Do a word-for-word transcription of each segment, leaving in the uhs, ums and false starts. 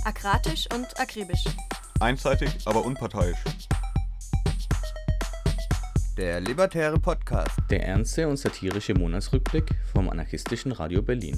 Akratisch und akribisch. Einseitig, aber unparteiisch. Der Libertäre Podcast. Der ernste und satirische Monatsrückblick vom anarchistischen Radio Berlin.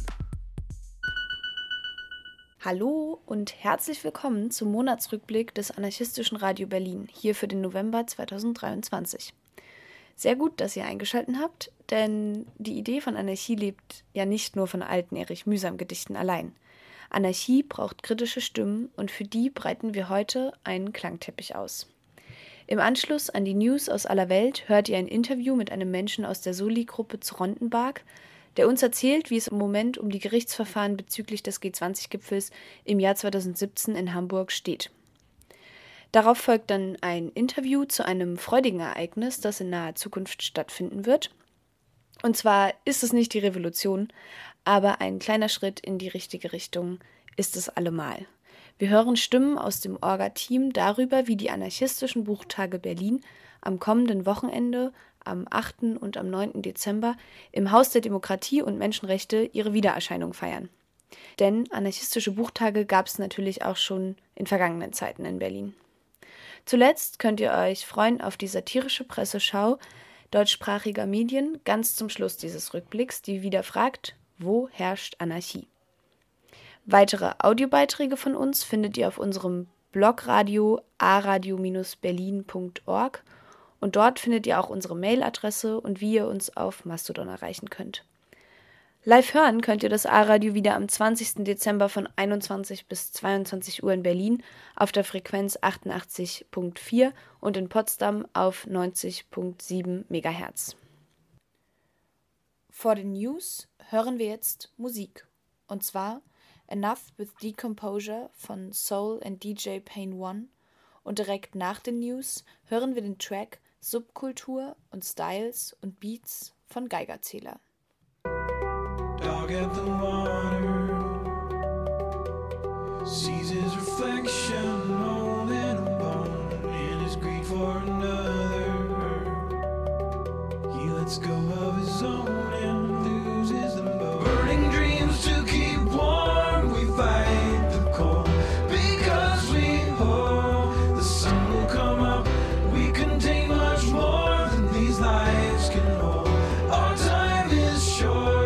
Hallo und herzlich willkommen zum Monatsrückblick des anarchistischen Radio Berlin, hier für den November zweitausenddreiundzwanzig. Sehr gut, dass ihr eingeschaltet habt, denn die Idee von Anarchie lebt ja nicht nur von alten Erich Mühsam-Gedichten allein. Anarchie braucht kritische Stimmen und für die breiten wir heute einen Klangteppich aus. Im Anschluss an die News aus aller Welt hört ihr ein Interview mit einem Menschen aus der Soli-Gruppe zu Rondenberg, der uns erzählt, wie es im Moment um die Gerichtsverfahren bezüglich des G zwanzig Gipfels im Jahr zweitausendsiebzehn in Hamburg steht. Darauf folgt dann ein Interview zu einem freudigen Ereignis, das in naher Zukunft stattfinden wird. Und zwar ist es nicht die Revolution, aber ein kleiner Schritt in die richtige Richtung ist es allemal. Wir hören Stimmen aus dem Orga-Team darüber, wie die anarchistischen Buchtage Berlin am kommenden Wochenende, am achten und am neunten Dezember, im Haus der Demokratie und Menschenrechte ihre Wiedererscheinung feiern. Denn anarchistische Buchtage gab es natürlich auch schon in vergangenen Zeiten in Berlin. Zuletzt könnt ihr euch freuen auf die satirische Presseschau deutschsprachiger Medien ganz zum Schluss dieses Rückblicks, die wieder fragt, wo herrscht Anarchie? Weitere Audiobeiträge von uns findet ihr auf unserem Blogradio a radio dash berlin punkt org und dort findet ihr auch unsere Mailadresse und wie ihr uns auf Mastodon erreichen könnt. Live hören könnt ihr das A-Radio wieder am zwanzigsten Dezember von einundzwanzig bis zweiundzwanzig Uhr in Berlin auf der Frequenz achtundachtzig Komma vier und in Potsdam auf neunzig Komma sieben Megahertz. Vor den News hören wir jetzt Musik. Und zwar Enough with Decomposure von Soul and D J Pain One. Und direkt nach den News hören wir den Track Subkultur und Styles und Beats von Geigerzähler. Dog at the water sees his reflection holding a bone in his greed for another. He lets go of his own and loses them both. Burning dreams to keep warm, we fight the cold because we hope the sun will come up. We contain much more than these lives can hold. Our time is short.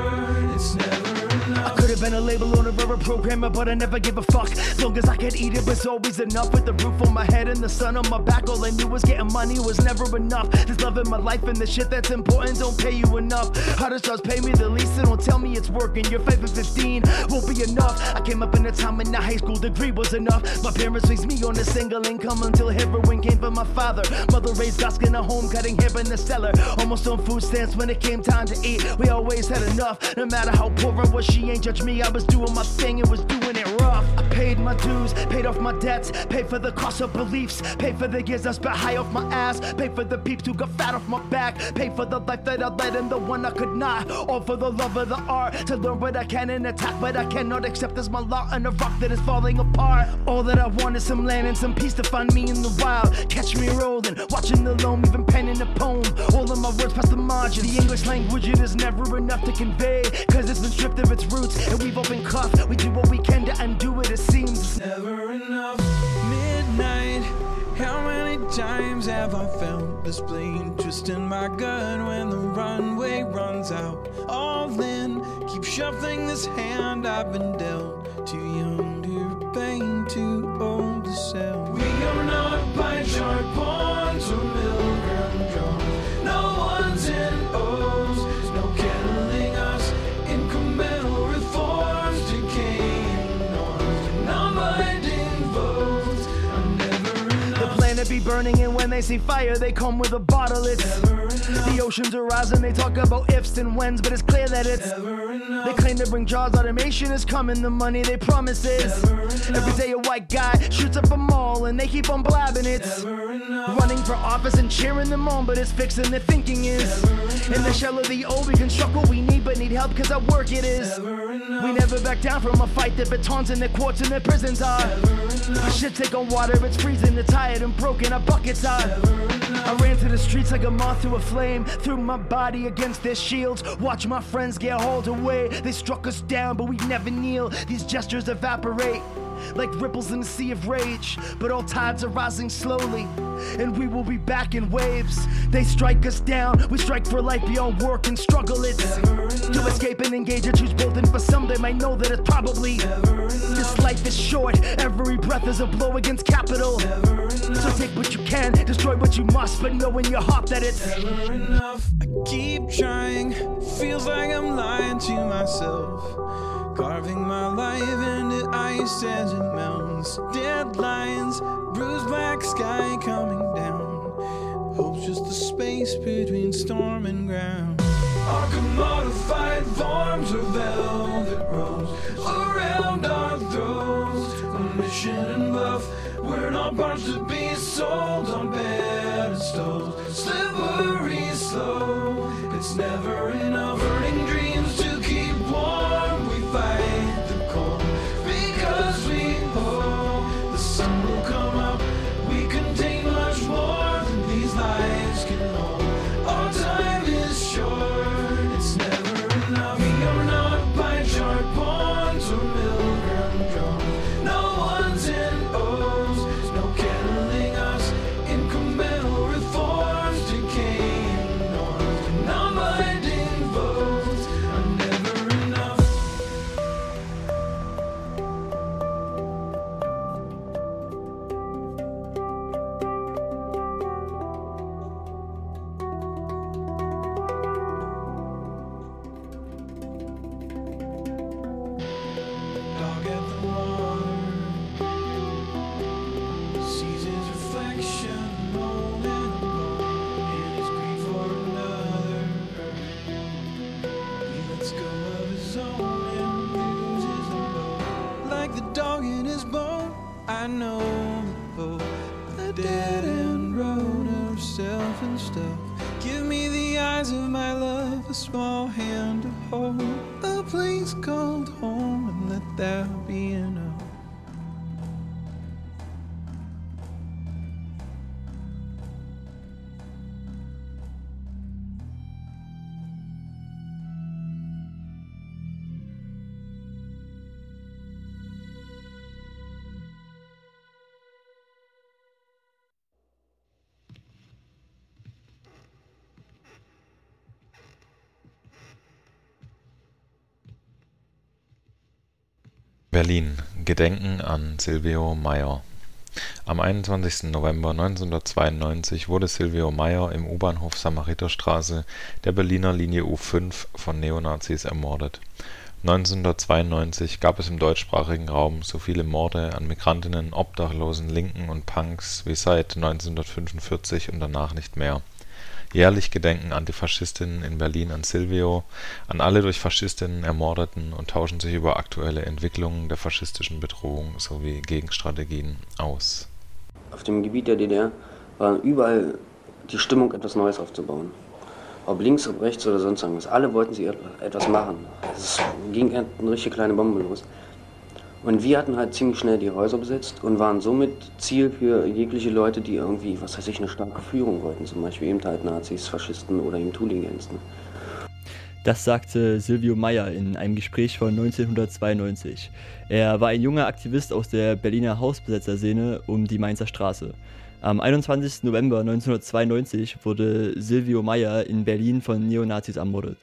Been a label owner or a programmer, but I never give a fuck. Long as I could eat, it was always enough. With the roof on my head and the sun on my back, all I knew was getting money was never enough. There's love in my life and the shit that's important don't pay you enough. Hardest jobs pay me the least, and don't tell me it's working. Your five and fifteen won't be enough. I came up in a time when a high school degree was enough. My parents raised me on a single income until heroin came from my father. Mother raised us in a home, cutting hair in the cellar. Almost on food stamps when it came time to eat. We always had enough. No matter how poor I was, she ain't judged me. I was doing my thing and was doing it rough. I paid my dues, paid off my debts, paid for the cost of beliefs, paid for the years I spent high off my ass, paid for the peeps who got fat off my back, paid for the life that I led and the one I could not, all for the love of the art, to learn what I can and attack what I cannot accept as my lot on a rock that is falling apart. All that I want is some land and some peace to find me in the wild, catch me rolling, watching the loam, even penning a poem, all of my words past the margin. The English language, it is never enough to convey, cause it's been stripped of its roots and we've all been cuffed. We do what we can to undo it, it seems it's never enough. Midnight, how many times have I felt this blade twist in my gut when the runway runs out? All in, keep shuffling this hand I've been dealt. Too young to pain, too old to sell. We are not by sharp pawns or milligram drums. No one's in O's, no kettling us. Incremental reforms, decaying norms, non-binding votes are never enough. The planet be burning and when they see fire they come with a bottle. It's never enough. The oceans are rising, they talk about ifs and whens, but it's clear that it's never enough. They claim to bring jobs, automation is coming, the money they promise is never enough. Every day a white guy shoots up a mall and they keep on blabbing it's never enough. Running for office and cheering them on, but it's fixing their thinking is in the shell of the old we construct what we need but need help cause our work it is never enough. We never back down from a fight. The batons and the quartz and the prisons are our shit take on water, it's freezing, the tired and broken, our buckets are I ran to the streets like a moth to a flame, threw my body against their shields, watch my friends get hauled away. They struck us down but we never kneel, these gestures evaporate. like ripples in a sea of rage. But all tides are rising slowly, and we will be back in waves. They strike us down, we strike for life beyond work and struggle. It's to escape and engage or choose both, and for some they might know that it's probably this life is short, every breath is a blow against capital. So take what you can, destroy what you must, but know in your heart that it's never enough. I keep trying, feels like I'm lying to myself, carving my life into ice as it melts. Deadlines, bruised black sky coming down. Hope's just the space between storm and ground. Our commodified forms are velvet ropes around our throats. A mission and buff, we're not parts to be sold on pedestals. Slippery slow, it's never enough. Burning dreams to keep warm, we fight the cold because we hope the sun will come up. We contain much more than these lives can hold. Our time is short, it's never enough. We are not pie chart pawns or milligram drums. No one's in O's, no kettling us. Incremental reforms, decaying norms, non-binding votes are never enough. Dog at the water sees his reflection alone and alone in his grief for another. He lets go of his own and loses them both. Like the dog in his bone, I know the both. A dead end road of self and stuff. Give me the eyes of my love, a small hand to hold, a place called home, and let that be enough. Berlin. Gedenken an Silvio Meyer. Am einundzwanzigsten November neunzehnhundertzweiundneunzig wurde Silvio Meyer im U-Bahnhof Samariterstraße der Berliner Linie U fünf von Neonazis ermordet. neunzehnhundertzweiundneunzig gab es im deutschsprachigen Raum so viele Morde an Migrantinnen, Obdachlosen, Linken und Punks wie seit neunzehnhundertfünfundvierzig und danach nicht mehr. Jährlich gedenken Antifaschistinnen in Berlin an Silvio, an alle durch Faschistinnen Ermordeten und tauschen sich über aktuelle Entwicklungen der faschistischen Bedrohung sowie Gegenstrategien aus. Auf dem Gebiet der D D R war überall die Stimmung, etwas Neues aufzubauen. Ob links, ob rechts oder sonst irgendwas. Alle wollten sie etwas machen. Es ging eine richtig kleine Bombe los. Und wir hatten halt ziemlich schnell die Häuser besetzt und waren somit Ziel für jegliche Leute, die irgendwie, was weiß ich, eine starke Führung wollten. Zum Beispiel eben halt Nazis, Faschisten oder eben Hooligans. Ne? Das sagte Silvio Meyer in einem Gespräch von neunzehnhundertzweiundneunzig. Er war ein junger Aktivist aus der Berliner Hausbesetzerszene um die Mainzer Straße. Am einundzwanzigsten November neunzehnhundertzweiundneunzig wurde Silvio Meyer in Berlin von Neonazis ermordet.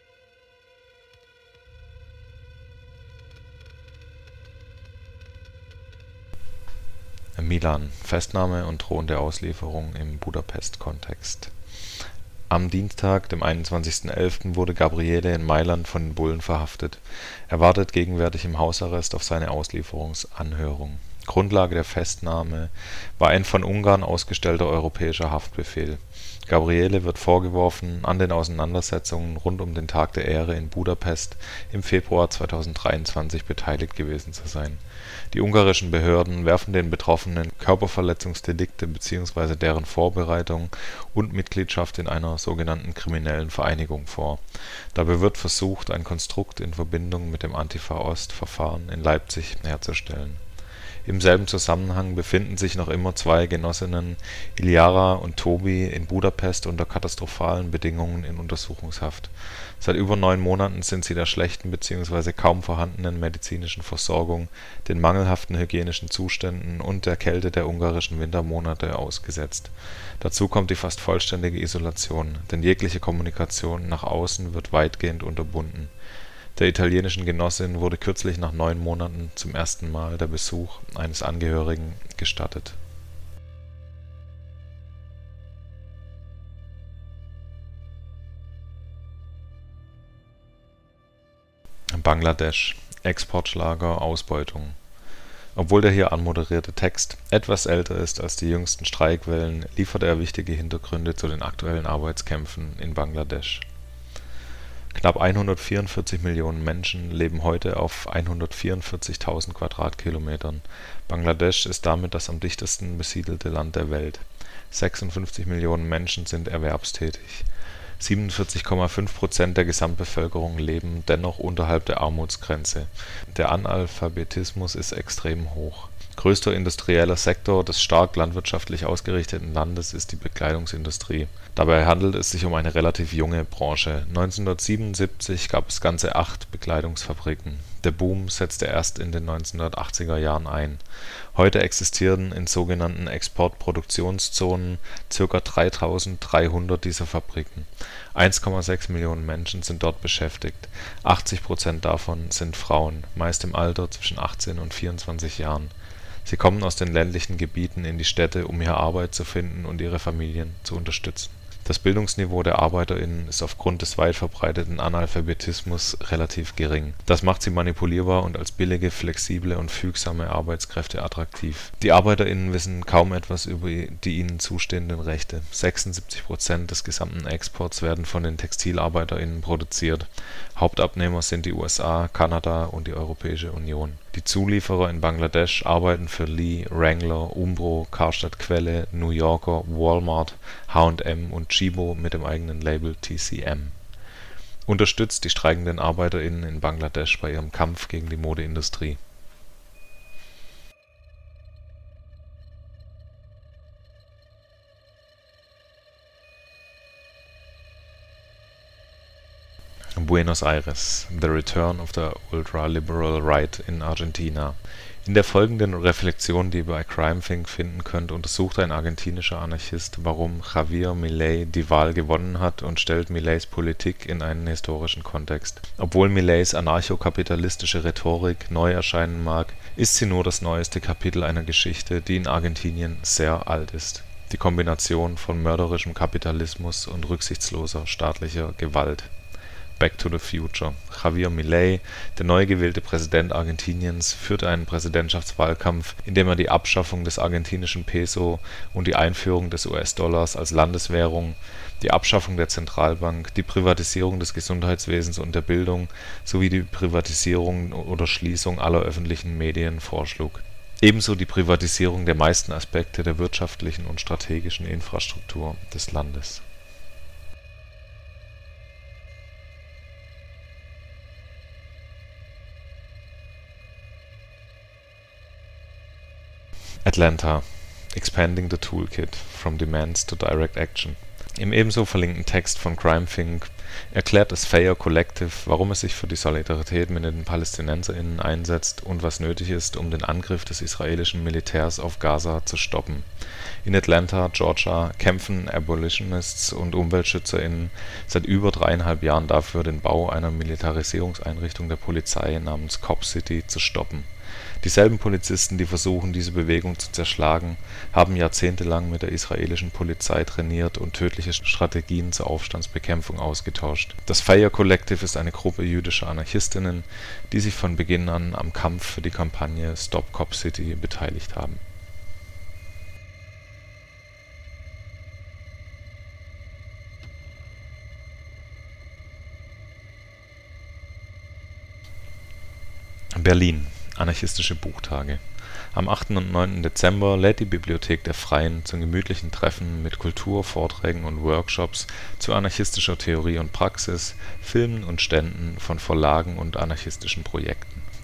Milan. Festnahme und drohende Auslieferung im Budapest-Kontext. Am Dienstag, dem einundzwanzigsten elften wurde Gabriele in Mailand von den Bullen verhaftet. Er wartet gegenwärtig im Hausarrest auf seine Auslieferungsanhörung. Grundlage der Festnahme war ein von Ungarn ausgestellter europäischer Haftbefehl. Gabriele wird vorgeworfen, an den Auseinandersetzungen rund um den Tag der Ehre in Budapest im Februar zweitausenddreiundzwanzig beteiligt gewesen zu sein. Die ungarischen Behörden werfen den Betroffenen Körperverletzungsdelikte bzw. deren Vorbereitung und Mitgliedschaft in einer sogenannten kriminellen Vereinigung vor. Dabei wird versucht, ein Konstrukt in Verbindung mit dem Antifa-Ost-Verfahren in Leipzig herzustellen. Im selben Zusammenhang befinden sich noch immer zwei Genossinnen, Ilyara und Tobi, in Budapest unter katastrophalen Bedingungen in Untersuchungshaft. Seit über neun Monaten sind sie der schlechten bzw. kaum vorhandenen medizinischen Versorgung, den mangelhaften hygienischen Zuständen und der Kälte der ungarischen Wintermonate ausgesetzt. Dazu kommt die fast vollständige Isolation, denn jegliche Kommunikation nach außen wird weitgehend unterbunden. Der italienischen Genossin wurde kürzlich nach neun Monaten zum ersten Mal der Besuch eines Angehörigen gestattet. Bangladesch. Exportschlager Ausbeutung. Obwohl der hier anmoderierte Text etwas älter ist als die jüngsten Streikwellen, liefert er wichtige Hintergründe zu den aktuellen Arbeitskämpfen in Bangladesch. Knapp hundertvierundvierzig Millionen Menschen leben heute auf hundertvierundvierzigtausend Quadratkilometern. Bangladesch ist damit das am dichtesten besiedelte Land der Welt. sechsundfünfzig Millionen Menschen sind erwerbstätig. siebenundvierzig Komma fünf Prozent der Gesamtbevölkerung leben dennoch unterhalb der Armutsgrenze. Der Analphabetismus ist extrem hoch. Größter industrieller Sektor des stark landwirtschaftlich ausgerichteten Landes ist die Bekleidungsindustrie. Dabei handelt es sich um eine relativ junge Branche. neunzehnhundertsiebenundsiebzig gab es ganze acht Bekleidungsfabriken. Der Boom setzte erst in den neunzehnhundertachtziger Jahren ein. Heute existieren in sogenannten Exportproduktionszonen ca. dreitausenddreihundert dieser Fabriken. eins Komma sechs Millionen Menschen sind dort beschäftigt. achtzig Prozent davon sind Frauen, meist im Alter zwischen achtzehn und vierundzwanzig Jahren. Sie kommen aus den ländlichen Gebieten in die Städte, um hier Arbeit zu finden und ihre Familien zu unterstützen. Das Bildungsniveau der ArbeiterInnen ist aufgrund des weit verbreiteten Analphabetismus relativ gering. Das macht sie manipulierbar und als billige, flexible und fügsame Arbeitskräfte attraktiv. Die ArbeiterInnen wissen kaum etwas über die ihnen zustehenden Rechte. sechsundsiebzig Prozent des gesamten Exports werden von den TextilarbeiterInnen produziert. Hauptabnehmer sind die U S A, Kanada und die Europäische Union. Die Zulieferer in Bangladesch arbeiten für Lee, Wrangler, Umbro, Karstadt Quelle, New Yorker, Walmart, H und M und Chibo mit dem eigenen Label T C M. Unterstützt die streikenden ArbeiterInnen in Bangladesch bei ihrem Kampf gegen die Modeindustrie. Buenos Aires. The Return of the Ultra-Liberal Right in Argentina. In der folgenden Reflexion, die ihr bei CrimethInc finden könnt, untersucht ein argentinischer Anarchist, warum Javier Milei die Wahl gewonnen hat und stellt Mileis Politik in einen historischen Kontext. Obwohl Mileis anarchokapitalistische Rhetorik neu erscheinen mag, ist sie nur das neueste Kapitel einer Geschichte, die in Argentinien sehr alt ist. Die Kombination von mörderischem Kapitalismus und rücksichtsloser staatlicher Gewalt. Back to the Future. Javier Milei, der neu gewählte Präsident Argentiniens, führte einen Präsidentschaftswahlkampf, in dem er die Abschaffung des argentinischen Peso und die Einführung des U S-Dollars als Landeswährung, die Abschaffung der Zentralbank, die Privatisierung des Gesundheitswesens und der Bildung sowie die Privatisierung oder Schließung aller öffentlichen Medien vorschlug. Ebenso die Privatisierung der meisten Aspekte der wirtschaftlichen und strategischen Infrastruktur des Landes. Atlanta. Expanding the Toolkit – From Demands to Direct Action. Im ebenso verlinkten Text von CrimethInc erklärt das Fair Collective, warum es sich für die Solidarität mit den PalästinenserInnen einsetzt und was nötig ist, um den Angriff des israelischen Militärs auf Gaza zu stoppen. In Atlanta, Georgia, kämpfen Abolitionists und UmweltschützerInnen seit über dreieinhalb Jahren dafür, den Bau einer Militarisierungseinrichtung der Polizei namens Cop City zu stoppen. Dieselben Polizisten, die versuchen, diese Bewegung zu zerschlagen, haben jahrzehntelang mit der israelischen Polizei trainiert und tödliche Strategien zur Aufstandsbekämpfung ausgetauscht. Das Fire Collective ist eine Gruppe jüdischer Anarchistinnen, die sich von Beginn an am Kampf für die Kampagne Stop Cop City beteiligt haben. Berlin. Anarchistische Buchtage. Am achten und neunten Dezember lädt die Bibliothek der Freien zum gemütlichen Treffen mit Kultur, Vorträgen und Workshops zu anarchistischer Theorie und Praxis, Filmen und Ständen von Verlagen und anarchistischen Projekten.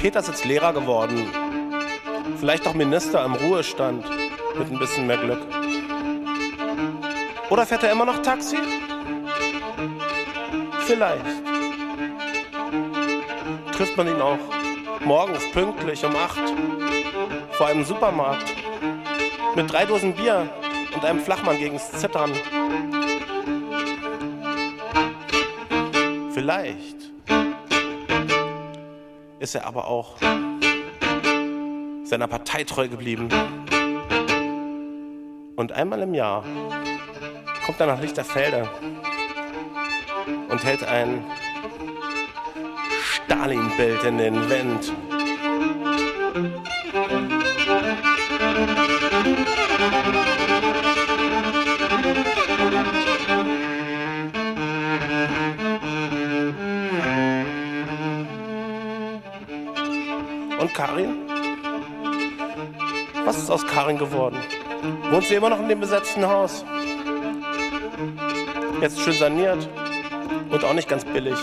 Peter ist jetzt Lehrer geworden. Vielleicht auch Minister im Ruhestand. Mit ein bisschen mehr Glück. Oder fährt er immer noch Taxi? Vielleicht. Trifft man ihn auch morgens pünktlich um acht vor einem Supermarkt mit drei Dosen Bier und einem Flachmann gegens Zittern. Vielleicht ist er aber auch seiner Partei treu geblieben. Und einmal im Jahr kommt er nach Lichterfelde und hält ein Stalin-Bild in den Wind. Und Karin? Was ist aus Karin geworden? Wohnt sie immer noch in dem besetzten Haus? Jetzt schön saniert und auch nicht ganz billig.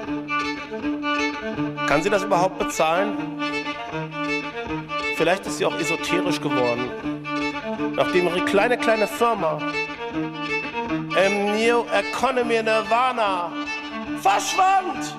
Kann sie das überhaupt bezahlen? Vielleicht ist sie auch esoterisch geworden. Nachdem ihre kleine, kleine Firma im New Economy Nirvana verschwand.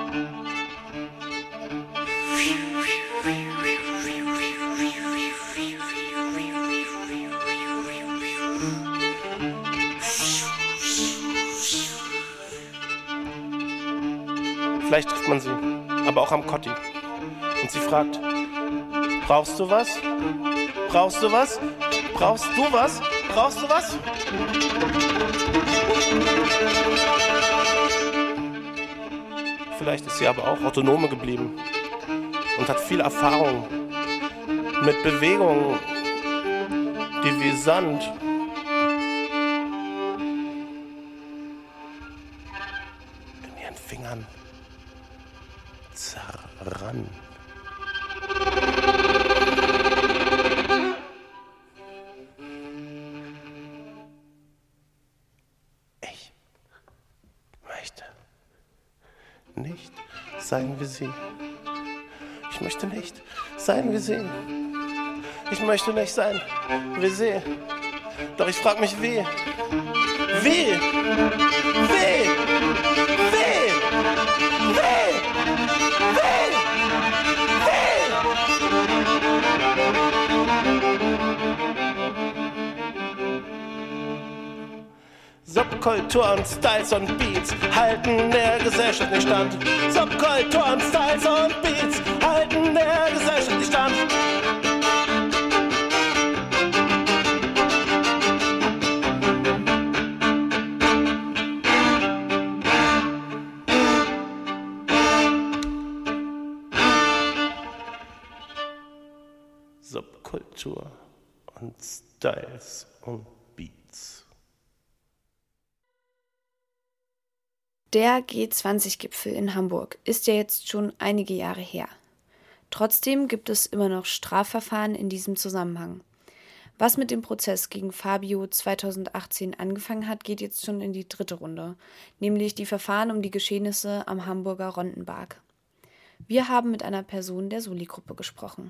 Vielleicht trifft man sie, aber auch am Kotti. Und sie fragt, brauchst du was? Brauchst du was? Brauchst du was? Brauchst du was? Vielleicht ist sie aber auch Autonome geblieben und hat viel Erfahrung mit Bewegungen, die wie Sand in ihren Fingern zerrann. Ich möchte nicht sein wie sie. Ich möchte nicht sein wie sie. Ich möchte nicht sein wie sie. Doch ich frage mich wie. Wie? Wie? Wie? Wie? Wie? Subkultur und Styles und Beats halten der Gesellschaft nicht stand. Subkultur und Styles und Beats halten der Gesellschaft nicht stand. Subkultur und Styles und Beats. Der G zwanzig Gipfel in Hamburg ist ja jetzt schon einige Jahre her. Trotzdem gibt es immer noch Strafverfahren in diesem Zusammenhang. Was mit dem Prozess gegen Fabio zweitausendachtzehn angefangen hat, geht jetzt schon in die dritte Runde, nämlich die Verfahren um die Geschehnisse am Hamburger Rondenberg. Wir haben mit einer Person der Soli-Gruppe gesprochen.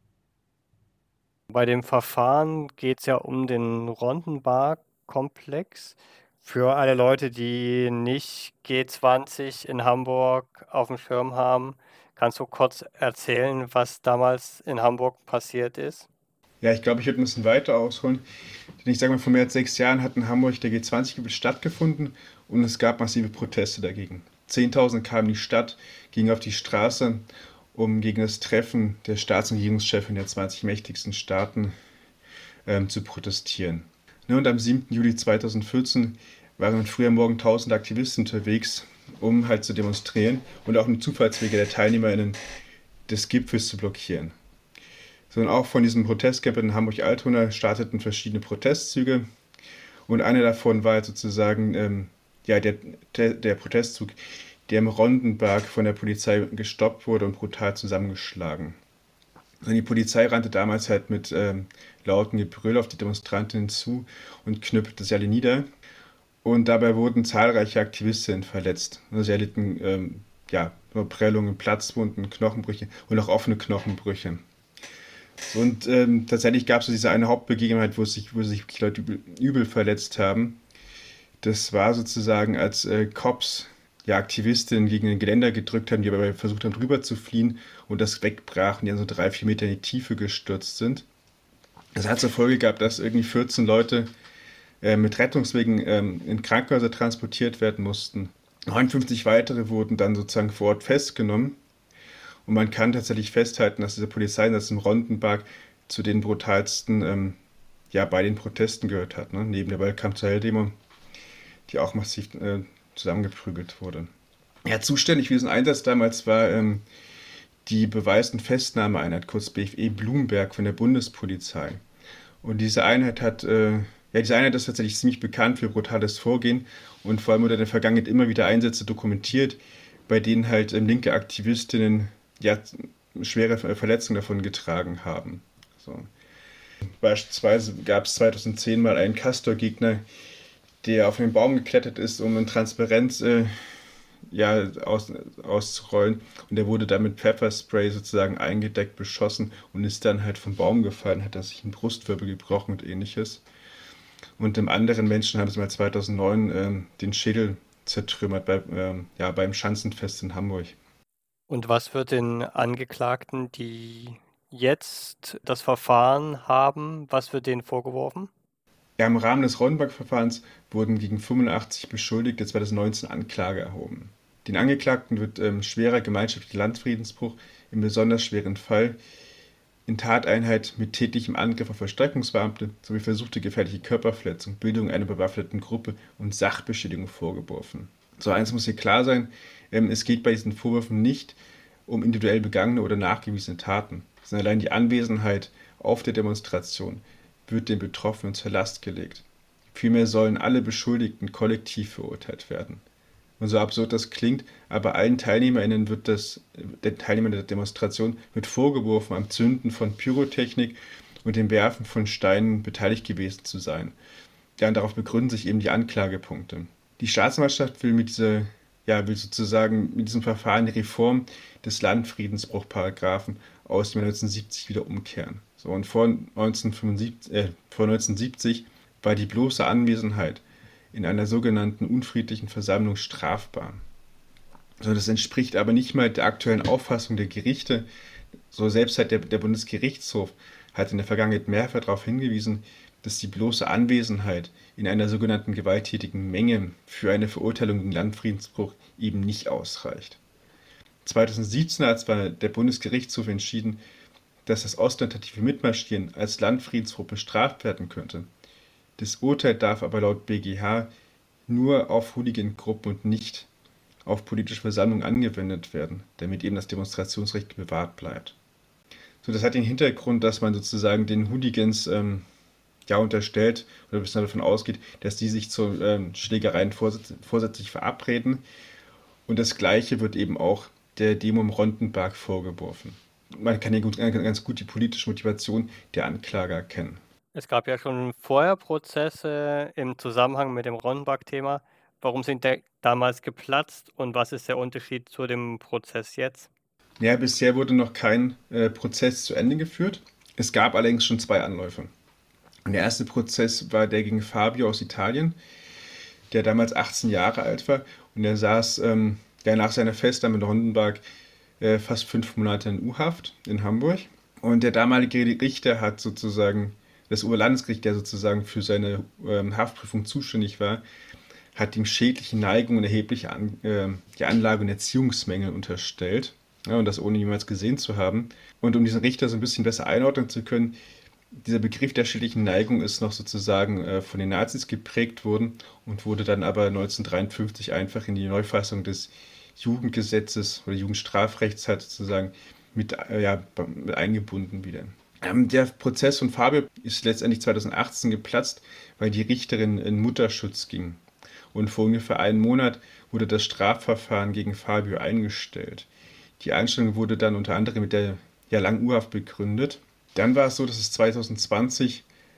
Bei dem Verfahren geht es ja um den Rondenberg-Komplex. Für alle Leute, die nicht G zwanzig in Hamburg auf dem Schirm haben, kannst du kurz erzählen, was damals in Hamburg passiert ist? Ja, ich glaube, ich würde ein bisschen weiter ausholen. Denn ich sage mal, vor mehr als sechs Jahren hat in Hamburg der G zwanzig-Gipfel stattgefunden und es gab massive Proteste dagegen. Zehntausend kamen in die Stadt, gingen auf die Straße, um gegen das Treffen der Staats- und Regierungschefin der zwanzig mächtigsten Staaten ähm, zu protestieren. Ne, und am siebten Juli zweitausendvierzehn waren früh am Morgen tausend Aktivisten unterwegs, um halt zu demonstrieren und auch die Zufallswege der TeilnehmerInnen des Gipfels zu blockieren. So, und auch von diesen Protestcampern in Hamburg-Altona starteten verschiedene Protestzüge und einer davon war sozusagen ähm, ja, der, der, der Protestzug, der im Rondenberg von der Polizei gestoppt wurde und brutal zusammengeschlagen. Und die Polizei rannte damals halt mit ähm, lauten Gebrüll auf die Demonstrantinnen zu und knüppelte sie alle nieder. Und dabei wurden zahlreiche Aktivistinnen verletzt. Sie erlitten ähm, ja, Prellungen, Platzwunden, Knochenbrüche und auch offene Knochenbrüche. Und ähm, tatsächlich gab es so diese eine Hauptbegebenheit, wo sich, wo sich die Leute übel, übel verletzt haben. Das war sozusagen, als äh, Cops ja, Aktivistinnen gegen ein Geländer gedrückt haben, die aber versucht haben, drüber zu fliehen und das wegbrachen, die dann so drei, vier Meter in die Tiefe gestürzt sind. Das hat zur Folge gehabt, dass irgendwie vierzehn Leute äh, mit Rettungswegen ähm, in Krankenhäuser transportiert werden mussten. neunundfünfzig weitere wurden dann sozusagen vor Ort festgenommen. Und man kann tatsächlich festhalten, dass dieser Polizeieinsatz im Rondenberg zu den brutalsten ähm, ja, bei den Protesten gehört hat. Ne? Neben der Welcome to Hell Demo, die auch massiv äh, zusammengeprügelt wurde. Ja, zuständig für diesen Einsatz damals war ähm, die Beweis- und Festnahmeeinheit, kurz B F E Blumberg von der Bundespolizei. Und diese Einheit hat, äh, ja, diese Einheit ist tatsächlich ziemlich bekannt für brutales Vorgehen und vor allem wurde in der Vergangenheit immer wieder Einsätze dokumentiert, bei denen halt ähm, linke Aktivistinnen ja, schwere Verletzungen davon getragen haben. So. Beispielsweise gab es zweitausendzehn mal einen Castor-Gegner, der auf einen Baum geklettert ist, um ein Transparenz äh, ja, aus, auszurollen. Und der wurde dann mit Pfefferspray sozusagen eingedeckt, beschossen und ist dann halt vom Baum gefallen, hat er sich einen Brustwirbel gebrochen und ähnliches. Und dem anderen Menschen haben sie mal zweitausendneun ähm, den Schädel zertrümmert bei, ähm, ja, beim Schanzenfest in Hamburg. Und was wird den Angeklagten, die jetzt das Verfahren haben, was wird denen vorgeworfen? Ja, im Rahmen des Rondenberg-Verfahrens wurden gegen fünfundachtzig Beschuldigte zweitausendneunzehn Anklage erhoben. Den Angeklagten wird ähm, schwerer gemeinschaftlicher Landfriedensbruch im besonders schweren Fall in Tateinheit mit tätlichem Angriff auf Vollstreckungsbeamte sowie versuchte gefährliche Körperverletzung, Bildung einer bewaffneten Gruppe und Sachbeschädigung vorgeworfen. So, eins muss hier klar sein, ähm, es geht bei diesen Vorwürfen nicht um individuell begangene oder nachgewiesene Taten, sondern allein die Anwesenheit auf der Demonstration wird den Betroffenen zur Last gelegt. Vielmehr sollen alle Beschuldigten kollektiv verurteilt werden. Und so absurd das klingt, aber allen TeilnehmerInnen wird das, den Teilnehmern der Demonstration wird vorgeworfen, am Zünden von Pyrotechnik und dem Werfen von Steinen beteiligt gewesen zu sein. Ja, und darauf begründen sich eben die Anklagepunkte. Die Staatsanwaltschaft will mit dieser, ja, will sozusagen mit diesem Verfahren die Reform des Landfriedensbruchparagraphen aus dem Jahr neunzehnhundertsiebzig wieder umkehren. So, und vor neunzehnhundertfünfundsiebzig, äh, vor neunzehnhundertsiebzig war die bloße Anwesenheit in einer sogenannten unfriedlichen Versammlung strafbar. So, das entspricht aber nicht mal der aktuellen Auffassung der Gerichte. So selbst hat der, der Bundesgerichtshof hat in der Vergangenheit mehrfach darauf hingewiesen, dass die bloße Anwesenheit in einer sogenannten gewalttätigen Menge für eine Verurteilung gegen Landfriedensbruch eben nicht ausreicht. zweitausendsiebzehn hat zwar der Bundesgerichtshof entschieden, dass das ostentative Mitmarschieren als Landfriedensbruch bestraft werden könnte. Das Urteil darf aber laut B G H nur auf Hooligan-Gruppen und nicht auf politische Versammlungen angewendet werden, damit eben das Demonstrationsrecht bewahrt bleibt. So, das hat den Hintergrund, dass man sozusagen den Hooligans ähm, ja unterstellt oder bis davon ausgeht, dass die sich zu ähm, Schlägereien vorsitz- vorsätzlich verabreden. Und das Gleiche wird eben auch der Demo im Rondenberg vorgeworfen. Man kann hier gut, ganz gut die politische Motivation der Anklage erkennen. Es gab ja schon vorher Prozesse im Zusammenhang mit dem Rondenberg-Thema. Warum sind die damals geplatzt und was ist der Unterschied zu dem Prozess jetzt? Ja, bisher wurde noch kein äh, Prozess zu Ende geführt. Es gab allerdings schon zwei Anläufe. Und der erste Prozess war der gegen Fabio aus Italien, der damals achtzehn Jahre alt war und der saß ähm, ja, nach seiner Festnahme in Rondenberg äh, fast fünf Monate in U-Haft in Hamburg. Und der damalige Richter hat sozusagen, das Oberlandesgericht, der sozusagen für seine ähm, Haftprüfung zuständig war, hat ihm schädliche Neigungen und erhebliche An, äh, die Anlage- und Erziehungsmängel unterstellt. Ja, und das ohne jemals gesehen zu haben. Und um diesen Richter so ein bisschen besser einordnen zu können, dieser Begriff der schädlichen Neigung ist noch sozusagen äh, von den Nazis geprägt worden und wurde dann aber neunzehnhundertdreiundfünfzig einfach in die Neufassung des Jugendgesetzes oder Jugendstrafrechts halt sozusagen mit, äh, ja, mit eingebunden wieder. Ähm, der Prozess von Fabio ist letztendlich zweitausendachtzehn geplatzt, weil die Richterin in Mutterschutz ging. Und vor ungefähr einem Monat wurde das Strafverfahren gegen Fabio eingestellt. Die Einstellung wurde dann unter anderem mit der ja, langen U-Haft begründet. Dann war es so, dass es zweitausendzwanzig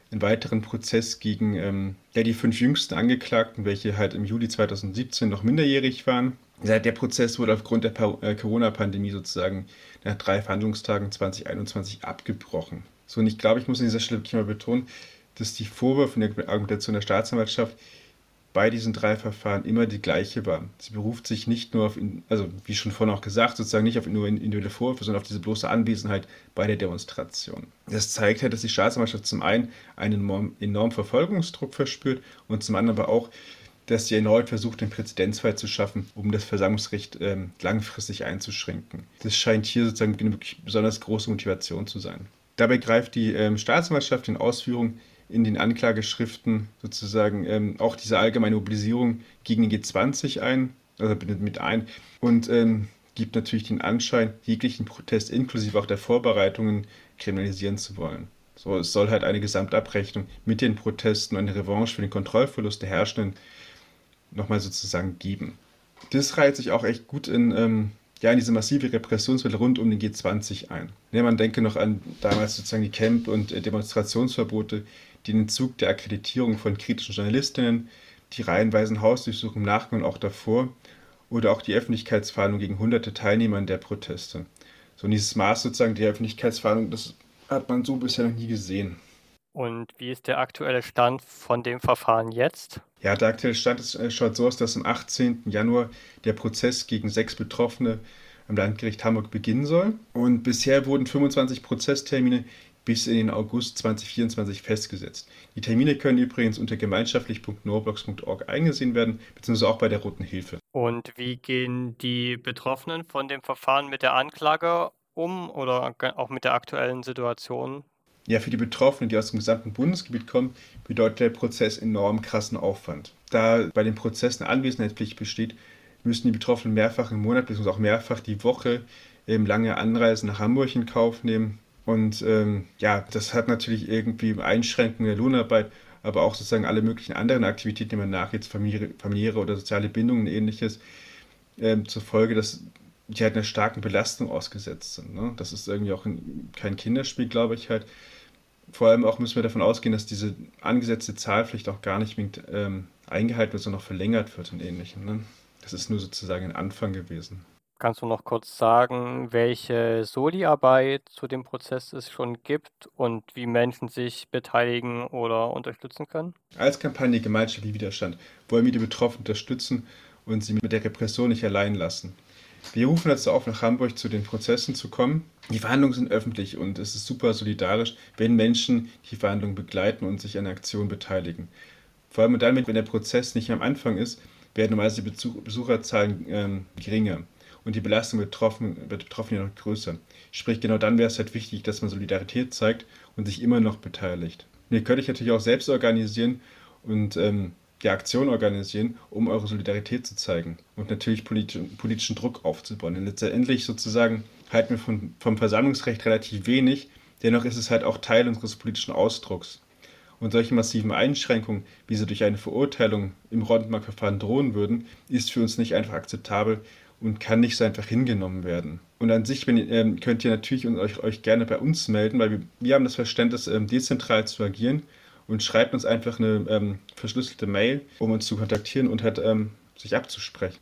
einen weiteren Prozess gegen ähm, ja, die fünf jüngsten Angeklagten, welche halt im Juli zweitausendsiebzehn noch minderjährig waren. Der Prozess wurde aufgrund der pa- äh, Corona-Pandemie sozusagen nach drei Verhandlungstagen zwanzig einundzwanzig abgebrochen. So, und ich glaube, ich muss an dieser Stelle wirklich mal betonen, dass die Vorwürfe und die Argumentation der Staatsanwaltschaft bei diesen drei Verfahren immer die gleiche war. Sie beruft sich nicht nur auf, also wie schon vorhin auch gesagt, sozusagen nicht auf nur individuelle Vorwürfe, sondern auf diese bloße Anwesenheit bei der Demonstration. Das zeigt halt, dass die Staatsanwaltschaft zum einen einen enorm, enormen Verfolgungsdruck verspürt und zum anderen aber auch, dass sie erneut versucht, den Präzedenzfall zu schaffen, um das Versammlungsrecht ähm, langfristig einzuschränken. Das scheint hier sozusagen eine wirklich besonders große Motivation zu sein. Dabei greift die ähm, Staatsanwaltschaft in Ausführungen in den Anklageschriften sozusagen ähm, auch diese allgemeine Mobilisierung gegen den G zwanzig ein, also bindet mit ein und ähm, gibt natürlich den Anschein, jeglichen Protest inklusive auch der Vorbereitungen kriminalisieren zu wollen. So, es soll halt eine Gesamtabrechnung mit den Protesten und eine Revanche für den Kontrollverlust der Herrschenden nochmal sozusagen geben. Das reiht sich auch echt gut in, ähm, ja, in diese massive Repressionswelle rund um den G zwanzig ein. Ja, man denke noch an damals sozusagen die Camp- und äh, Demonstrationsverbote, den Entzug der Akkreditierung von kritischen Journalistinnen, die reihenweisen Hausdurchsuchungen im Nachgang und auch davor oder auch die Öffentlichkeitsfahndung gegen hunderte Teilnehmer der Proteste. So dieses Maß sozusagen der Öffentlichkeitsfahndung, das hat man so bisher noch nie gesehen. Und wie ist der aktuelle Stand von dem Verfahren jetzt? Ja, der aktuelle Stand ist, äh, schaut so aus, dass am achtzehnten Januar der Prozess gegen sechs Betroffene am Landgericht Hamburg beginnen soll. Und bisher wurden fünfundzwanzig Prozesstermine bis in den August zweitausendvierundzwanzig festgesetzt. Die Termine können übrigens unter gemeinschaftlich punkt noblogs punkt org eingesehen werden, beziehungsweise auch bei der Roten Hilfe. Und wie gehen die Betroffenen von dem Verfahren mit der Anklage um oder auch mit der aktuellen Situation? Ja, für die Betroffenen, die aus dem gesamten Bundesgebiet kommen, bedeutet der Prozess enorm krassen Aufwand. Da bei dem Prozess eine Anwesenheitspflicht besteht, müssen die Betroffenen mehrfach im Monat, beziehungsweise auch mehrfach die Woche eben lange Anreisen nach Hamburg in Kauf nehmen. Und ähm, ja, das hat natürlich irgendwie Einschränkungen der Lohnarbeit, aber auch sozusagen alle möglichen anderen Aktivitäten, die man nach jetzt familiäre, familiäre oder soziale Bindungen und ähnliches, ähm, zur Folge, dass die halt einer starken Belastung ausgesetzt sind. Ne? Das ist irgendwie auch ein, kein Kinderspiel, glaube ich halt. Vor allem auch müssen wir davon ausgehen, dass diese angesetzte Zahlpflicht auch gar nicht mit, ähm, eingehalten wird, sondern auch verlängert wird und ähnlichem. Ne? Das ist nur sozusagen ein Anfang gewesen. Kannst du noch kurz sagen, welche Soli-Arbeit zu dem Prozess es schon gibt und wie Menschen sich beteiligen oder unterstützen können? Als Kampagne Gemeinschaftlicher Widerstand wollen wir die Betroffenen unterstützen und sie mit der Repression nicht allein lassen. Wir rufen dazu auf, nach Hamburg zu den Prozessen zu kommen. Die Verhandlungen sind öffentlich und es ist super solidarisch, wenn Menschen die Verhandlungen begleiten und sich an der Aktion beteiligen. Vor allem dann, wenn der Prozess nicht am Anfang ist, werden normalerweise die Besucherzahlen ähm, geringer und die Belastung wird betroffen, wird betroffen ja noch größer. Sprich, genau dann wäre es halt wichtig, dass man Solidarität zeigt und sich immer noch beteiligt. Und ihr könnt euch natürlich auch selbst organisieren und ähm, die Aktion organisieren, um eure Solidarität zu zeigen und natürlich politi- politischen Druck aufzubauen. Denn letztendlich sozusagen halten wir von, vom Versammlungsrecht relativ wenig, dennoch ist es halt auch Teil unseres politischen Ausdrucks. Und solche massiven Einschränkungen, wie sie durch eine Verurteilung im Rondenmark-Verfahren drohen würden, ist für uns nicht einfach akzeptabel und kann nicht so einfach hingenommen werden. Und an sich wenn, ähm, könnt ihr natürlich euch, euch gerne bei uns melden, weil wir, wir haben das Verständnis, ähm, dezentral zu agieren und schreibt uns einfach eine ähm, verschlüsselte Mail, um uns zu kontaktieren und halt ähm, sich abzusprechen.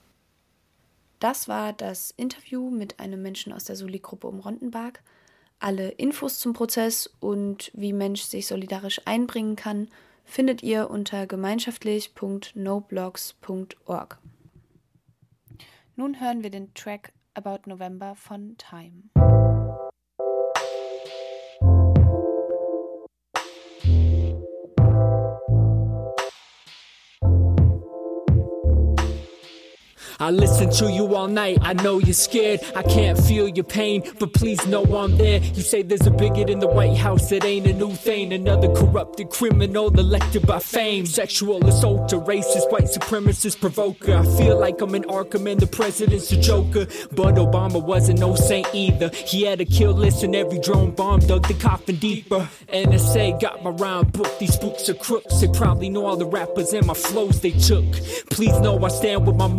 Das war das Interview mit einem Menschen aus der Soli-Gruppe um Rondenberg. Alle Infos zum Prozess und wie Mensch sich solidarisch einbringen kann, findet ihr unter gemeinschaftlich punkt noblogs punkt org. Nun hören wir den Track About November von Time. I listen to you all night, I know you're scared, I can't feel your pain, but please know I'm there. You say there's a bigot in the White House, it ain't a new thing. Another corrupted criminal elected by fame. Sexual assault, a racist, white supremacist provoker. I feel like I'm in Arkham and the president's a joker. But Obama wasn't no saint either. He had a kill list and every drone bomb dug the coffin deeper. N S A got my rhyme book, these spooks are crooks. They probably know all the rappers and my flows they took. Please know I stand with my Muslim brothers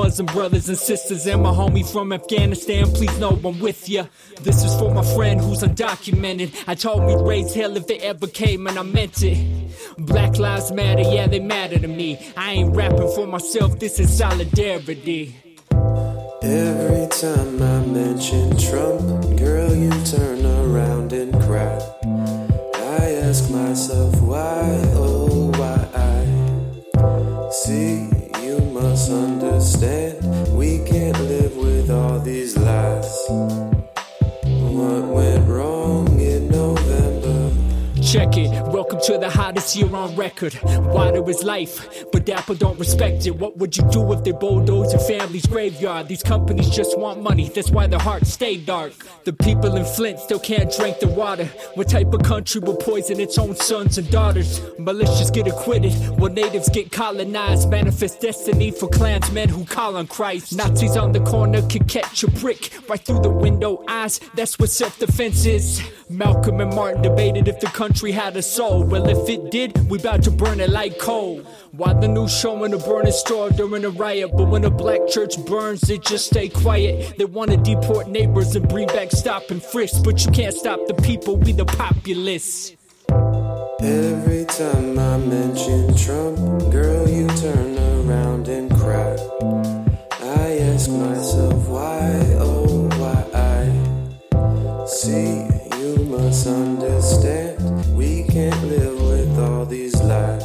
brothers and sisters and my homie from Afghanistan, please know I'm with ya. This is for my friend who's undocumented. I told me raise hell if they ever came and I meant it. Black lives matter, yeah, they matter to me. I ain't rapping for myself, this is solidarity. Every time I mention Trump, girl, you turn around and cry. I ask myself why, oh why I see you must understand we can't live with all these lies. What went wrong in November? Check it, welcome to the hottest year on record. Water is life, but Dapper don't respect it. What would you do if they bulldoze your family's graveyard? These companies just want money, that's why their hearts stay dark. The people in Flint still can't drink the water. What type of country will poison its own sons and daughters? Militias get acquitted, while natives get colonized. Manifest destiny for clansmen who call on Christ. Nazis on the corner can catch a brick right through the window eyes, that's what self-defense is. Malcolm and Martin debated if the country had a soul. Well, if it did, we bout to burn it like coal. Why the news showing a burning store during a riot, but when a black church burns, they just stay quiet. They want to deport neighbors and bring back stop and frisk, but you can't stop the people, we the populace. Every time I mention Trump, girl, you turn around and cry. I ask myself why, oh why I see you must understand we can't live with all these lies.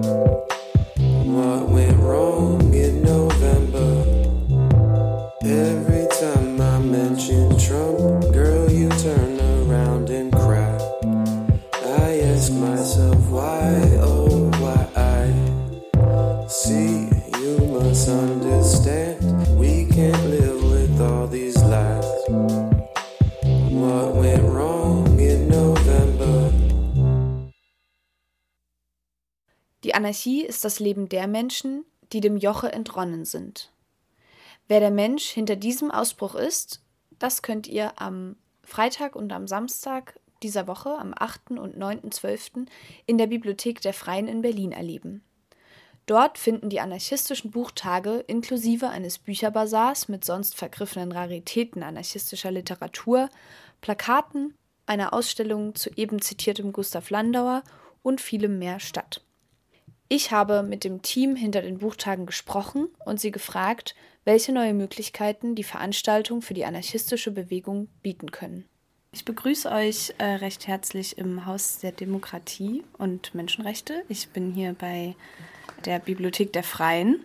What went wrong in November? Every time I mention Trump, girl, you turn around and cry. I ask myself why, oh why I see you must understand we can't live with all these lies. What went wrong in November? Die Anarchie ist das Leben der Menschen, die dem Joche entronnen sind. Wer der Mensch hinter diesem Ausbruch ist, das könnt ihr am Freitag und am Samstag dieser Woche, am achten und neunten zwölften in der Bibliothek der Freien in Berlin erleben. Dort finden die anarchistischen Buchtage inklusive eines Bücherbazars mit sonst vergriffenen Raritäten anarchistischer Literatur, Plakaten, einer Ausstellung zu eben zitiertem Gustav Landauer und vielem mehr statt. Ich habe mit dem Team hinter den Buchtagen gesprochen und sie gefragt, welche neue Möglichkeiten die Veranstaltung für die anarchistische Bewegung bieten können. Ich begrüße euch äh, recht herzlich im Haus der Demokratie und Menschenrechte. Ich bin hier bei der Bibliothek der Freien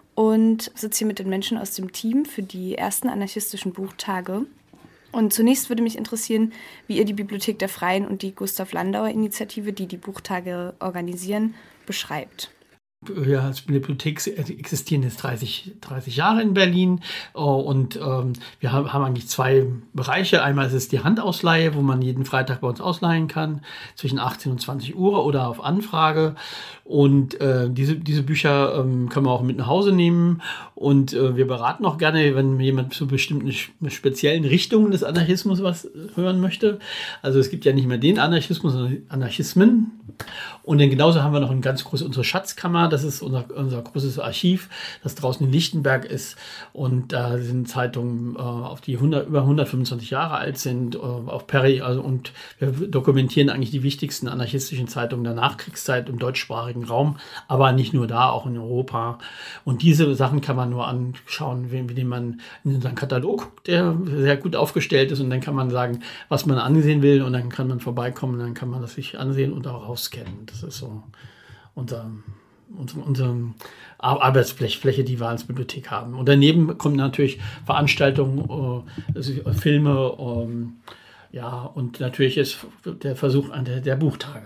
und sitze hier mit den Menschen aus dem Team für die ersten anarchistischen Buchtage. Und zunächst würde mich interessieren, wie ihr die Bibliothek der Freien und die Gustav Landauer Initiative, die die Buchtage organisieren, beschreibt. Wir als Bibliothek existieren jetzt dreißig, dreißig Jahre in Berlin und ähm, wir haben, haben eigentlich zwei Bereiche. Einmal ist es die Handausleihe, wo man jeden Freitag bei uns ausleihen kann, zwischen achtzehn und zwanzig Uhr oder auf Anfrage. Und äh, diese, diese Bücher ähm, können wir auch mit nach Hause nehmen. Und äh, wir beraten auch gerne, wenn jemand zu bestimmten speziellen Richtungen des Anarchismus was hören möchte. Also es gibt ja nicht mehr den Anarchismus, sondern Anarchismen. Und dann genauso haben wir noch ein ganz großes, unsere Schatzkammer, das ist unser, unser großes Archiv, das draußen in Lichtenberg ist. Und da sind Zeitungen, äh, auf die hundert, über hundertfünfundzwanzig Jahre alt sind, äh, auf Peri, also, und wir dokumentieren eigentlich die wichtigsten anarchistischen Zeitungen der Nachkriegszeit im deutschsprachigen Raum, aber nicht nur da, auch in Europa. Und diese Sachen kann man nur anschauen, indem man in unseren Katalog guckt, der sehr gut aufgestellt ist, und dann kann man sagen, was man ansehen will, und dann kann man vorbeikommen, und dann kann man das sich ansehen und auch ausscannen. Das ist so unser, unsere, unsere Arbeitsfläche, die wir als Bibliothek haben. Und daneben kommen natürlich Veranstaltungen, also Filme, um, ja, und natürlich ist der Versuch an der, der Buchtage.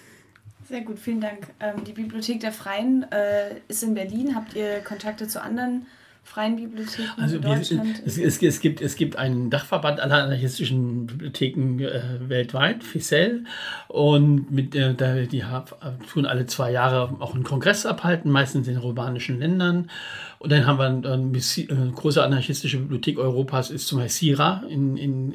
Sehr gut, vielen Dank. Ähm, die Bibliothek der Freien äh, ist in Berlin. Habt ihr Kontakte zu anderen freien Bibliotheken also in Deutschland? Es, es, es, gibt, es gibt einen Dachverband aller anarchistischen Bibliotheken äh, weltweit, F I C E L, und mit, äh, die haben, tun alle zwei Jahre auch einen Kongress abhalten, meistens in romanischen Ländern. Und dann haben wir eine, eine große anarchistische Bibliothek Europas, ist zum Beispiel C I R A in, in, in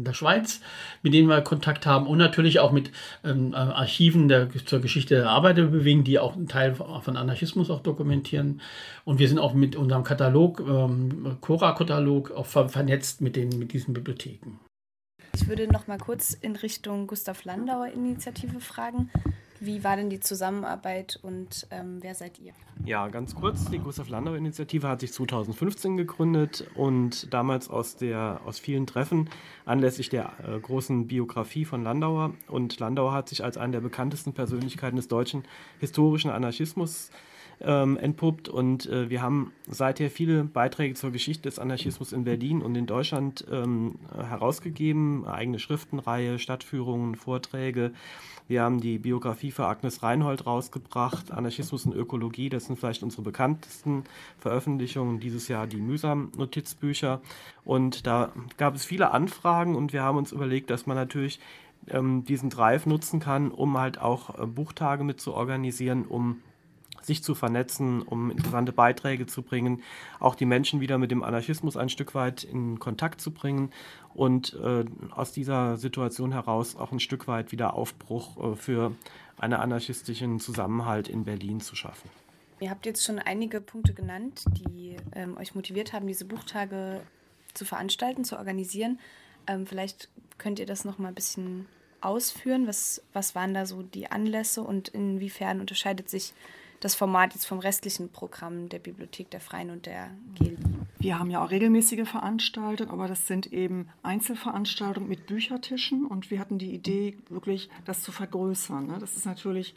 in der Schweiz, mit denen wir Kontakt haben und natürlich auch mit ähm, Archiven der, zur Geschichte der Arbeiterbewegung, die auch einen Teil von Anarchismus auch dokumentieren. Und wir sind auch mit unserem Katalog, ähm, Cora-Katalog, auch ver- vernetzt mit, den, mit diesen Bibliotheken. Ich würde noch mal kurz in Richtung Gustav Landauer Initiative fragen. Wie war denn die Zusammenarbeit und ähm, wer seid ihr? Ja, ganz kurz. Die Gustav Landauer Initiative hat sich zweitausendfünfzehn gegründet und damals aus, der, aus vielen Treffen anlässlich der äh, großen Biografie von Landauer. Und Landauer hat sich als eine der bekanntesten Persönlichkeiten des deutschen historischen Anarchismus ähm, entpuppt. Und äh, wir haben seither viele Beiträge zur Geschichte des Anarchismus in Berlin und in Deutschland ähm, herausgegeben. Eine eigene Schriftenreihe, Stadtführungen, Vorträge. Wir haben die Biografie für Agnes Reinhold rausgebracht, Anarchismus und Ökologie, das sind vielleicht unsere bekanntesten Veröffentlichungen, dieses Jahr die Mühsam-Notizbücher. Und da gab es viele Anfragen und wir haben uns überlegt, dass man natürlich ähm, diesen Drive nutzen kann, um halt auch äh, Buchtage mit zu organisieren, um sich zu vernetzen, um interessante Beiträge zu bringen, auch die Menschen wieder mit dem Anarchismus ein Stück weit in Kontakt zu bringen und äh, aus dieser Situation heraus auch ein Stück weit wieder Aufbruch äh, für einen anarchistischen Zusammenhalt in Berlin zu schaffen. Ihr habt jetzt schon einige Punkte genannt, die ähm, euch motiviert haben, diese Buchtage zu veranstalten, zu organisieren. Ähm, vielleicht könnt ihr das noch mal ein bisschen ausführen. Was, was waren da so die Anlässe und inwiefern unterscheidet sich das Format jetzt vom restlichen Programm der Bibliothek der Freien und der G L I? Wir haben ja auch regelmäßige Veranstaltungen, aber das sind eben Einzelveranstaltungen mit Büchertischen und wir hatten die Idee, wirklich das zu vergrößern. Ne? Das ist natürlich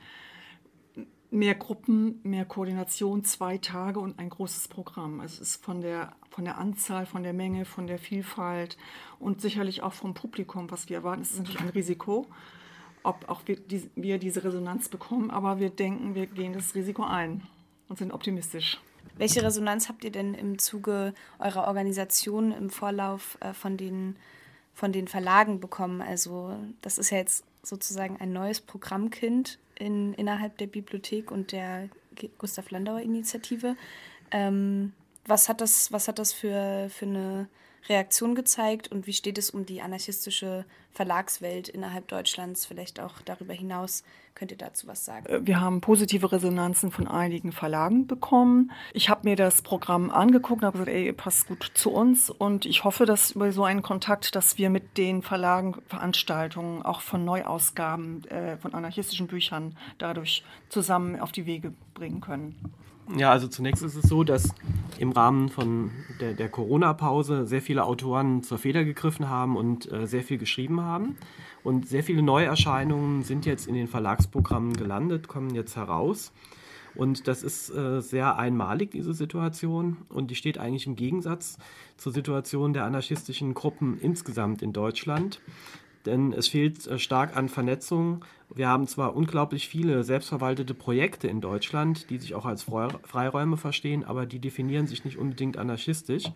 mehr Gruppen, mehr Koordination, zwei Tage und ein großes Programm. Also es ist von der, von der Anzahl, von der Menge, von der Vielfalt und sicherlich auch vom Publikum, was wir erwarten. Es ist natürlich ein Risiko, ob auch wir, die, wir diese Resonanz bekommen, aber wir denken, wir gehen das Risiko ein und sind optimistisch. Welche Resonanz habt ihr denn im Zuge eurer Organisation im Vorlauf äh, von, den, von den Verlagen bekommen? Also das ist ja jetzt sozusagen ein neues Programmkind in, innerhalb der Bibliothek und der Gustav Landauer Initiative. Ähm, was hat das, was hat das für, für eine Reaktion gezeigt und wie steht es um die anarchistische Verlagswelt innerhalb Deutschlands, vielleicht auch darüber hinaus? Könnt ihr dazu was sagen? Wir haben positive Resonanzen von einigen Verlagen bekommen. Ich habe mir das Programm angeguckt und habe gesagt, ey, passt gut zu uns und ich hoffe, dass über so einen Kontakt, dass wir mit den Verlagen Veranstaltungen auch von Neuausgaben äh, von anarchistischen Büchern dadurch zusammen auf die Wege bringen können. Ja, also zunächst ist es so, dass im Rahmen von der, der Corona-Pause sehr viele Autoren zur Feder gegriffen haben und äh, sehr viel geschrieben haben. Und sehr viele Neuerscheinungen sind jetzt in den Verlagsprogrammen gelandet, kommen jetzt heraus. Und das ist äh, sehr einmalig, diese Situation. Und die steht eigentlich im Gegensatz zur Situation der anarchistischen Gruppen insgesamt in Deutschland. Denn es fehlt äh, stark an Vernetzung. Wir haben zwar unglaublich viele selbstverwaltete Projekte in Deutschland, die sich auch als Freiräume verstehen, aber die definieren sich nicht unbedingt anarchistisch.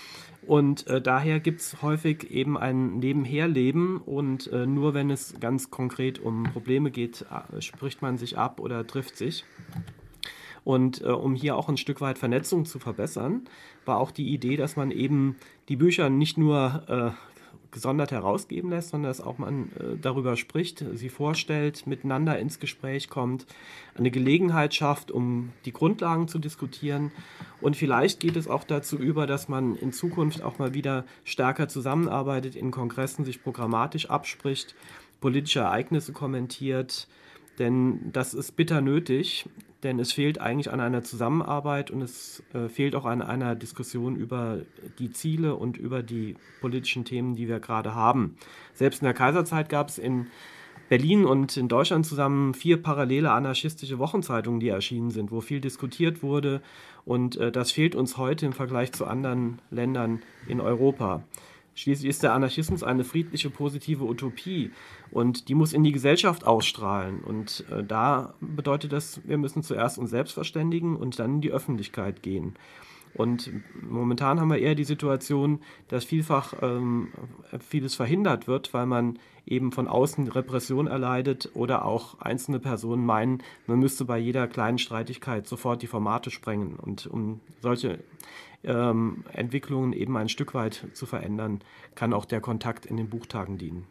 Und äh, daher gibt es häufig eben ein Nebenherleben und äh, nur wenn es ganz konkret um Probleme geht, äh, spricht man sich ab oder trifft sich. Und äh, um hier auch ein Stück weit Vernetzung zu verbessern, war auch die Idee, dass man eben die Bücher nicht nur äh, gesondert herausgeben lässt, sondern dass auch man äh, darüber spricht, sie vorstellt, miteinander ins Gespräch kommt, eine Gelegenheit schafft, um die Grundlagen zu diskutieren. Und vielleicht geht es auch dazu über, dass man in Zukunft auch mal wieder stärker zusammenarbeitet, in Kongressen sich programmatisch abspricht, politische Ereignisse kommentiert, denn das ist bitter nötig. Denn es fehlt eigentlich an einer Zusammenarbeit und es äh, fehlt auch an einer Diskussion über die Ziele und über die politischen Themen, die wir gerade haben. Selbst in der Kaiserzeit gab es in Berlin und in Deutschland zusammen vier parallele anarchistische Wochenzeitungen, die erschienen sind, wo viel diskutiert wurde. Und äh, das fehlt uns heute im Vergleich zu anderen Ländern in Europa. Schließlich ist der Anarchismus eine friedliche, positive Utopie und die muss in die Gesellschaft ausstrahlen. Und äh, da bedeutet das, wir müssen zuerst uns selbst verständigen und dann in die Öffentlichkeit gehen. Und momentan haben wir eher die Situation, dass vielfach ähm, vieles verhindert wird, weil man eben von außen Repression erleidet oder auch einzelne Personen meinen, man müsste bei jeder kleinen Streitigkeit sofort die Formate sprengen. Und um solche ähm, Entwicklungen eben ein Stück weit zu verändern, kann auch der Kontakt in den Buchtagen dienen.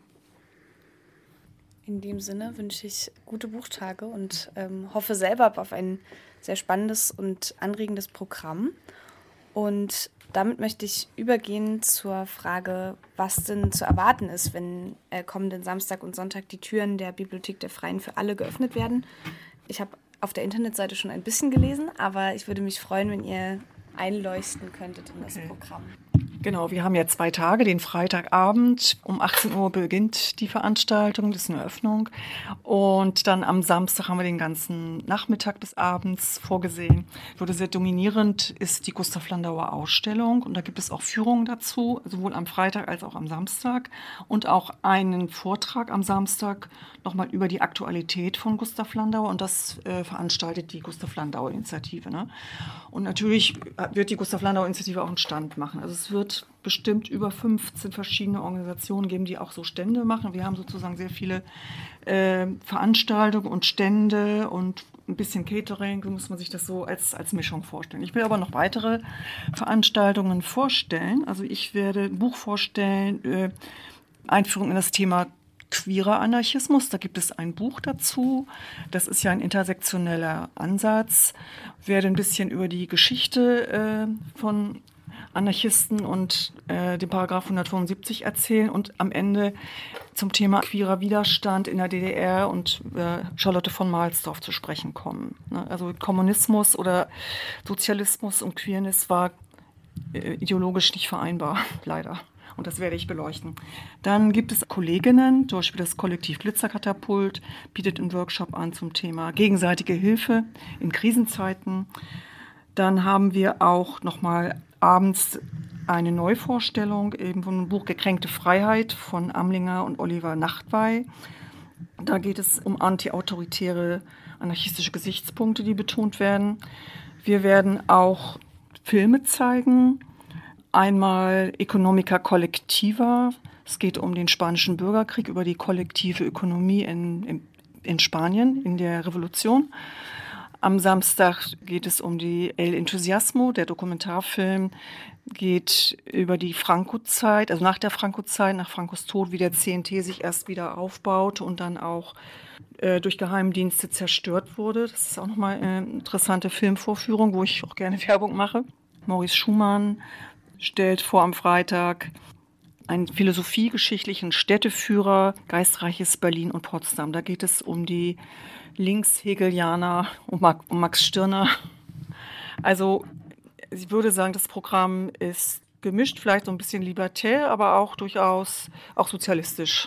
In dem Sinne wünsche ich gute Buchtage und ähm, hoffe selber auf ein sehr spannendes und anregendes Programm. Und damit möchte ich übergehen zur Frage, was denn zu erwarten ist, wenn äh, kommenden Samstag und Sonntag die Türen der Bibliothek der Freien für alle geöffnet werden. Ich habe auf der Internetseite schon ein bisschen gelesen, aber ich würde mich freuen, wenn ihr einleuchten könntet in das okay. Programm. Genau, wir haben ja zwei Tage, den Freitagabend um achtzehn Uhr beginnt die Veranstaltung, das ist eine Eröffnung. Und dann am Samstag haben wir den ganzen Nachmittag bis abends vorgesehen. Ich würde sehr dominierend ist die Gustav Landauer Ausstellung und da gibt es auch Führungen dazu, sowohl am Freitag als auch am Samstag. Und auch einen Vortrag am Samstag nochmal über die Aktualität von Gustav Landauer und das äh, veranstaltet die Gustav Landauer Initiative. Ne? Und natürlich wird die Gustav Landauer Initiative auch einen Stand machen. Also es wird bestimmt über fünfzehn verschiedene Organisationen geben, die auch so Stände machen. Wir haben sozusagen sehr viele äh, Veranstaltungen und Stände und ein bisschen Catering, so muss man sich das so als, als Mischung vorstellen. Ich will aber noch weitere Veranstaltungen vorstellen. Also ich werde ein Buch vorstellen, äh, Einführung in das Thema queerer Anarchismus, da gibt es ein Buch dazu. Das ist ja ein intersektioneller Ansatz. Ich werde ein bisschen über die Geschichte äh, von Anarchisten und äh, den Paragraph hundertfünfundsiebzig erzählen und am Ende zum Thema queerer Widerstand in der D D R und äh, Charlotte von Mahlsdorf zu sprechen kommen. Ne? Also Kommunismus oder Sozialismus und Queerness war äh, ideologisch nicht vereinbar, leider. Und das werde ich beleuchten. Dann gibt es Kolleginnen, zum Beispiel das Kollektiv Glitzerkatapult, bietet einen Workshop an zum Thema gegenseitige Hilfe in Krisenzeiten. Dann haben wir auch nochmal abends eine Neuvorstellung eben von dem Buch Gekränkte Freiheit von Amlinger und Oliver Nachtwey. Da geht es um antiautoritäre anarchistische Gesichtspunkte, die betont werden. Wir werden auch Filme zeigen. Einmal Economica Collectiva. Es geht um den Spanischen Bürgerkrieg, über die kollektive Ökonomie in, in, in Spanien, in der Revolution. Am Samstag geht es um die El Entusiasmo. Der Dokumentarfilm geht über die Franco-Zeit, also nach der Franco-Zeit, nach Francos Tod, wie der C N T sich erst wieder aufbaute und dann auch äh, durch Geheimdienste zerstört wurde. Das ist auch nochmal eine interessante Filmvorführung, wo ich auch gerne Werbung mache. Maurice Schumann stellt vor am Freitag einen philosophiegeschichtlichen Städteführer, geistreiches Berlin und Potsdam. Da geht es um die Linkshegelianer, um Max Stirner. Also ich würde sagen, das Programm ist gemischt, vielleicht so ein bisschen libertär, aber auch durchaus auch sozialistisch.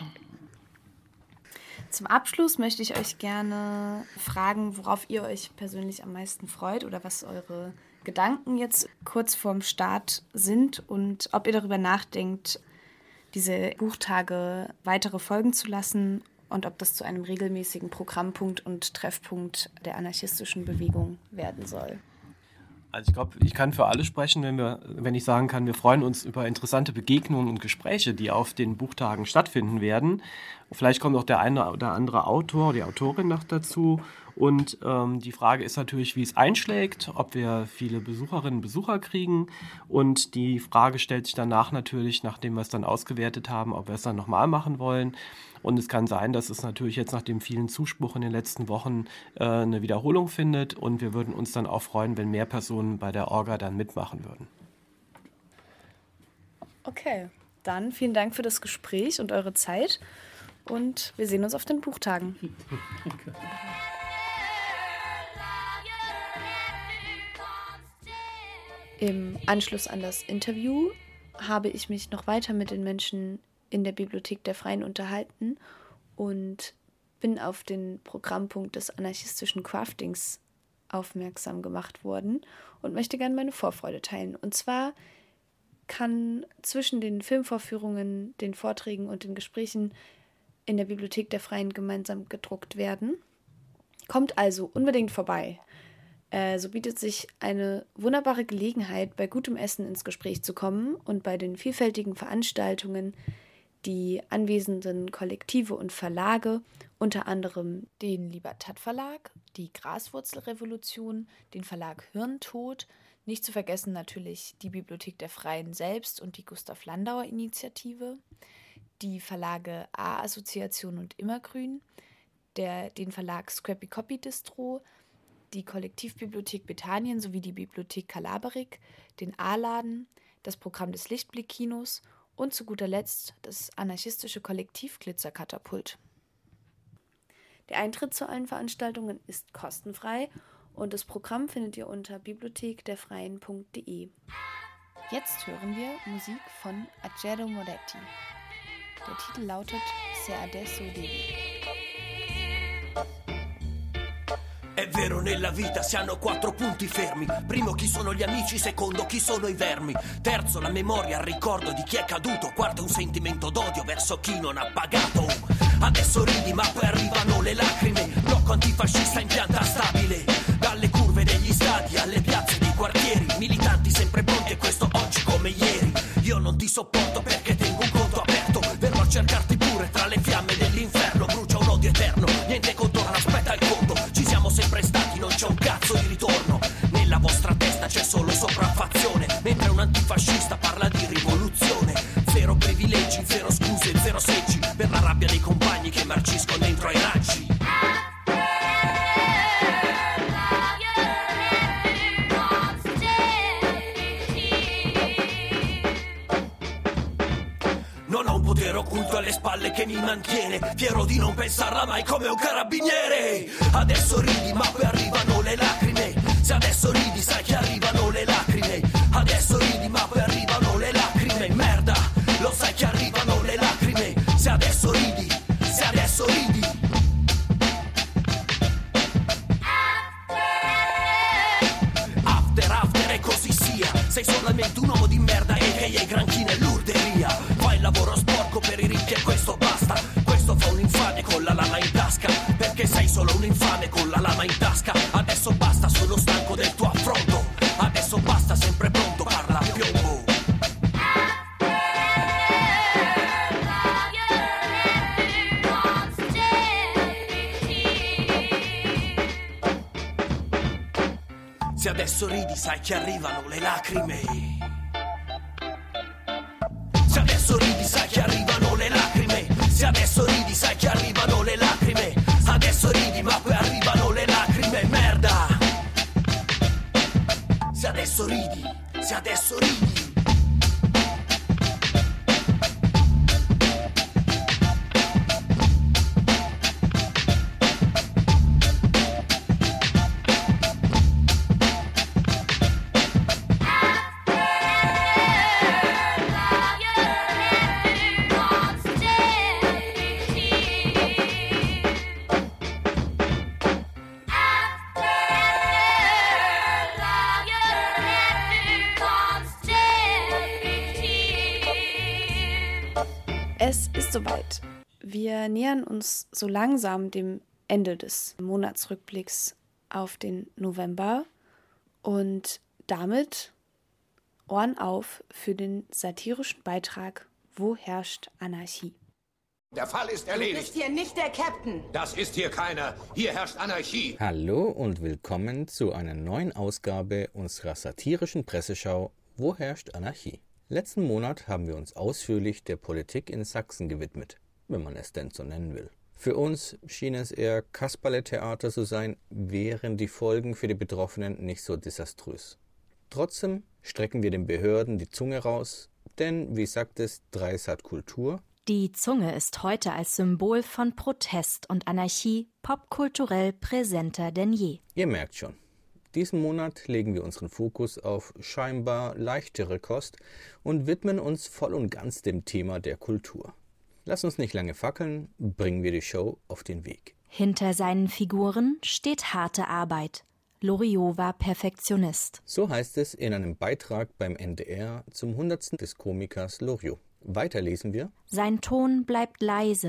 Zum Abschluss möchte ich euch gerne fragen, worauf ihr euch persönlich am meisten freut oder was eure Gedanken jetzt kurz vorm Start sind und ob ihr darüber nachdenkt, diese Buchtage weitere folgen zu lassen und ob das zu einem regelmäßigen Programmpunkt und Treffpunkt der anarchistischen Bewegung werden soll. Also ich glaube, ich kann für alle sprechen, wenn, wir, wenn ich sagen kann, wir freuen uns über interessante Begegnungen und Gespräche, die auf den Buchtagen stattfinden werden. Vielleicht kommt auch der eine oder andere Autor oder die Autorin noch dazu. Und ähm, die Frage ist natürlich, wie es einschlägt, ob wir viele Besucherinnen und Besucher kriegen. Und die Frage stellt sich danach natürlich, nachdem wir es dann ausgewertet haben, ob wir es dann nochmal machen wollen. Und es kann sein, dass es natürlich jetzt nach dem vielen Zuspruch in den letzten Wochen äh, eine Wiederholung findet. Und wir würden uns dann auch freuen, wenn mehr Personen bei der Orga dann mitmachen würden. Okay, dann vielen Dank für das Gespräch und eure Zeit. Und wir sehen uns auf den Buchtagen. Im Anschluss an das Interview habe ich mich noch weiter mit den Menschen in der Bibliothek der Freien unterhalten und bin auf den Programmpunkt des anarchistischen Craftings aufmerksam gemacht worden und möchte gerne meine Vorfreude teilen. Und zwar kann zwischen den Filmvorführungen, den Vorträgen und den Gesprächen in der Bibliothek der Freien gemeinsam gedruckt werden. Kommt also unbedingt vorbei. Äh, so bietet sich eine wunderbare Gelegenheit, bei gutem Essen ins Gespräch zu kommen und bei den vielfältigen Veranstaltungen die anwesenden Kollektive und Verlage, unter anderem den Libertad Verlag, die Graswurzelrevolution, den Verlag Hirntod, nicht zu vergessen natürlich die Bibliothek der Freien selbst und die Gustav Landauer Initiative, die Verlage A-Assoziation und Immergrün, der, den Verlag Scrappy Copy Distro, die Kollektivbibliothek Bethanien sowie die Bibliothek Kalaberik, den A-Laden, das Programm des Lichtblick-Kinos und zu guter Letzt das anarchistische Kollektiv Glitzerkatapult. Der Eintritt zu allen Veranstaltungen ist kostenfrei und das Programm findet ihr unter bibliothekderfreien punkt de. Jetzt hören wir Musik von Aggero Moretti. Der Titel lautet Se adesso devi. È vero, nella vita si hanno quattro punti fermi. Primo, chi sono gli amici. Secondo, chi sono i vermi. Terzo, la memoria, il ricordo di chi è caduto. Quarto, un sentimento d'odio verso chi non ha pagato. Adesso ridi ma poi arrivano le lacrime. Blocco antifascista in pianta stabile. Dalle curve degli stadi alle piazze dei quartieri. Militanti sempre pronti e questo oggi come ieri. Io non ti sopporto perché tengo un conto aperto. Verrò a cercarti pure tra le fiamme dell'inferno. Brucia un odio eterno, niente contorno, aspetta il conto. Ci siamo sempre stati, non c'è un cazzo di ritorno. Nella vostra testa c'è solo sopraffazione. Mentre un antifascista parla di rivoluzione. Zero privilegi, zero scuse, zero seggi. Per la rabbia dei compagni che marciscono dentro ai raggi. Non ho un potere occulto alle spalle che mi mantiene fiero di non pensarla mai come un carabiniere. Adesso ridi ma poi arrivano le lacrime. Se adesso ridi sai che arrivano le lacrime. Adesso ridi ma poi arrivano le lacrime. Merda, lo sai che arrivano le lacrime. Se adesso ridi, se adesso ridi. After, after e così sia. Sei solamente un uomo di merda e che hai granchi nell'urderia. Fai il lavoro sporco per i ricchi e questo basta. Questo fa un infame con la lama in tasca. Perché sei solo un infame con la lama in tasca. Adesso basta, sono stanco del tuo affronto. Adesso basta, sempre pronto, parla a piombo. Se adesso ridi sai che arrivano le lacrime. Se adesso ridi sai che arrivano le lacrime. Se adesso ridi sai che arrivano le lacrime. Adesso ridi ma poi arrivano le lacrime. Merda. Se adesso ridi, se adesso ridi. Es ist soweit. Wir nähern uns so langsam dem Ende des Monatsrückblicks auf den November und damit Ohren auf für den satirischen Beitrag Wo herrscht Anarchie? Der Fall ist erledigt. Du bist hier nicht der Captain. Das ist hier keiner. Hier herrscht Anarchie. Hallo und willkommen zu einer neuen Ausgabe unserer satirischen Presseschau Wo herrscht Anarchie? Letzten Monat haben wir uns ausführlich der Politik in Sachsen gewidmet, wenn man es denn so nennen will. Für uns schien es eher Kasperle-Theater zu sein, wären die Folgen für die Betroffenen nicht so desaströs. Trotzdem strecken wir den Behörden die Zunge raus, denn, wie sagt es Dreisat Kultur, die Zunge ist heute als Symbol von Protest und Anarchie popkulturell präsenter denn je. Ihr merkt schon. Diesen Monat legen wir unseren Fokus auf scheinbar leichtere Kost und widmen uns voll und ganz dem Thema der Kultur. Lass uns nicht lange fackeln, bringen wir die Show auf den Weg. Hinter seinen Figuren steht harte Arbeit. Loriot war Perfektionist. So heißt es in einem Beitrag beim N D R zum hundertsten des Komikers Loriot. Weiter lesen wir: Sein Ton bleibt leise,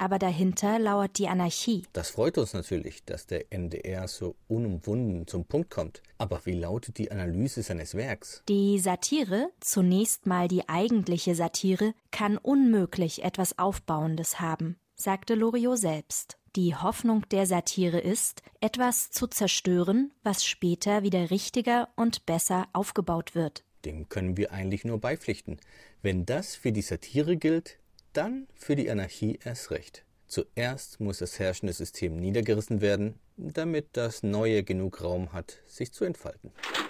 aber dahinter lauert die Anarchie. Das freut uns natürlich, dass der N D R so unumwunden zum Punkt kommt. Aber wie lautet die Analyse seines Werks? Die Satire, zunächst mal die eigentliche Satire, kann unmöglich etwas Aufbauendes haben, sagte Loriot selbst. Die Hoffnung der Satire ist, etwas zu zerstören, was später wieder richtiger und besser aufgebaut wird. Dem können wir eigentlich nur beipflichten. Wenn das für die Satire gilt, dann für die Anarchie erst recht. Zuerst muss das herrschende System niedergerissen werden, damit das Neue genug Raum hat, sich zu entfalten.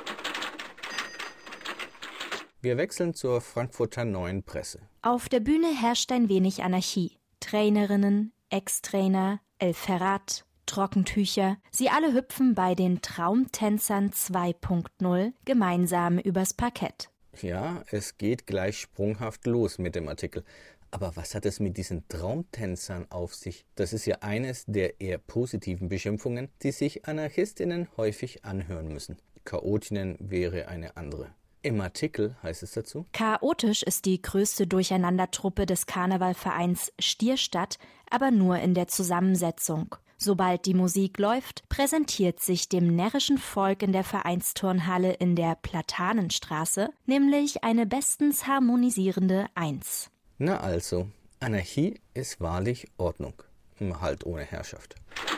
Wir wechseln zur Frankfurter Neuen Presse. Auf der Bühne herrscht ein wenig Anarchie. Trainerinnen, Ex-Trainer, El Ferrat, Trockentücher, sie alle hüpfen bei den Traumtänzern zwei Punkt null gemeinsam übers Parkett. Ja, es geht gleich sprunghaft los mit dem Artikel. Aber was hat es mit diesen Traumtänzern auf sich? Das ist ja eines der eher positiven Beschimpfungen, die sich Anarchistinnen häufig anhören müssen. Chaotinnen wäre eine andere. Im Artikel heißt es dazu: Chaotisch ist die größte Durcheinandertruppe des Karnevalvereins Stierstadt, aber nur in der Zusammensetzung. Sobald die Musik läuft, präsentiert sich dem närrischen Volk in der Vereinsturnhalle in der Platanenstraße nämlich eine bestens harmonisierende Eins. Na also, Anarchie ist wahrlich Ordnung, halt ohne Herrschaft.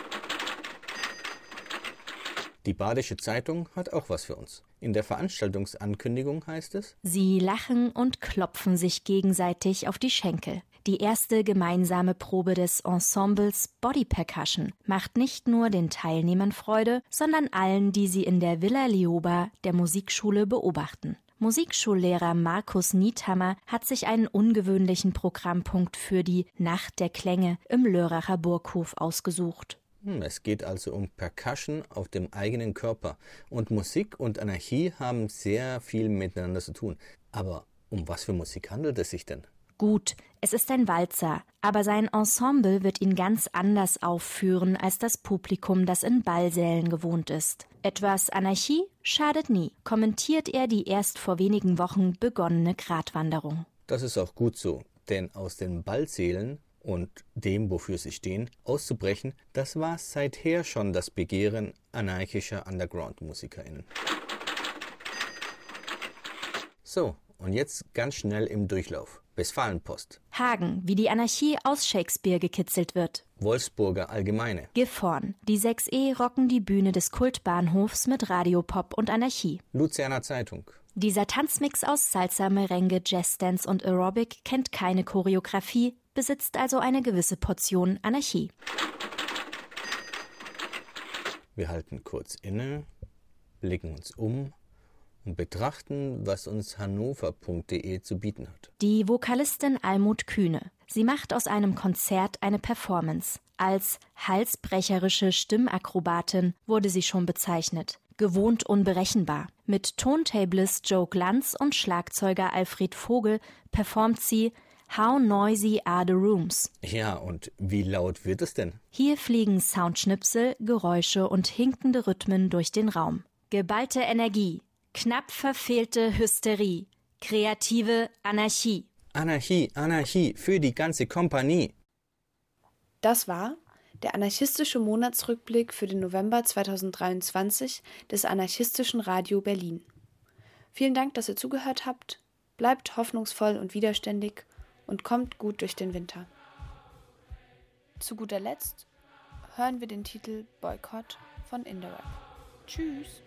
Die Badische Zeitung hat auch was für uns. In der Veranstaltungsankündigung heißt es: Sie lachen und klopfen sich gegenseitig auf die Schenkel. Die erste gemeinsame Probe des Ensembles Body Percussion macht nicht nur den Teilnehmern Freude, sondern allen, die sie in der Villa Lioba der Musikschule beobachten. Musikschullehrer Markus Niethammer hat sich einen ungewöhnlichen Programmpunkt für die Nacht der Klänge im Lörracher Burghof ausgesucht. Es geht also um Percussion auf dem eigenen Körper. Und Musik und Anarchie haben sehr viel miteinander zu tun. Aber um was für Musik handelt es sich denn? Gut, es ist ein Walzer, aber sein Ensemble wird ihn ganz anders aufführen als das Publikum, das in Ballsälen gewohnt ist. Etwas Anarchie schadet nie, kommentiert er die erst vor wenigen Wochen begonnene Gratwanderung. Das ist auch gut so, denn aus den Ballsälen und dem, wofür sie stehen, auszubrechen, das war seither schon das Begehren anarchischer Underground-MusikerInnen. So, und jetzt ganz schnell im Durchlauf. Westfalenpost. Hagen, wie die Anarchie aus Shakespeare gekitzelt wird. Wolfsburger Allgemeine. Gifhorn. Die sechs E rocken die Bühne des Kultbahnhofs mit Radiopop und Anarchie. Luzerner Zeitung. Dieser Tanzmix aus Salsa, Merengue, Jazzdance und Aerobic kennt keine Choreografie, besitzt also eine gewisse Portion Anarchie. Wir halten kurz inne, blicken uns um und betrachten, was uns hannover punkt de zu bieten hat. Die Vokalistin Almut Kühne. Sie macht aus einem Konzert eine Performance. Als halsbrecherische Stimmakrobatin wurde sie schon bezeichnet. Gewohnt unberechenbar. Mit Tontablist Joe Glanz und Schlagzeuger Alfred Vogel performt sie How Noisy Are the Rooms? Ja, und wie laut wird es denn? Hier fliegen Soundschnipsel, Geräusche und hinkende Rhythmen durch den Raum. Geballte Energie. Knapp verfehlte Hysterie, kreative Anarchie. Anarchie, Anarchie für die ganze Kompanie. Das war der anarchistische Monatsrückblick für den November zweitausenddreiundzwanzig des Anarchistischen Radio Berlin. Vielen Dank, dass ihr zugehört habt. Bleibt hoffnungsvoll und widerständig und kommt gut durch den Winter. Zu guter Letzt hören wir den Titel Boykott von Indirect. Tschüss.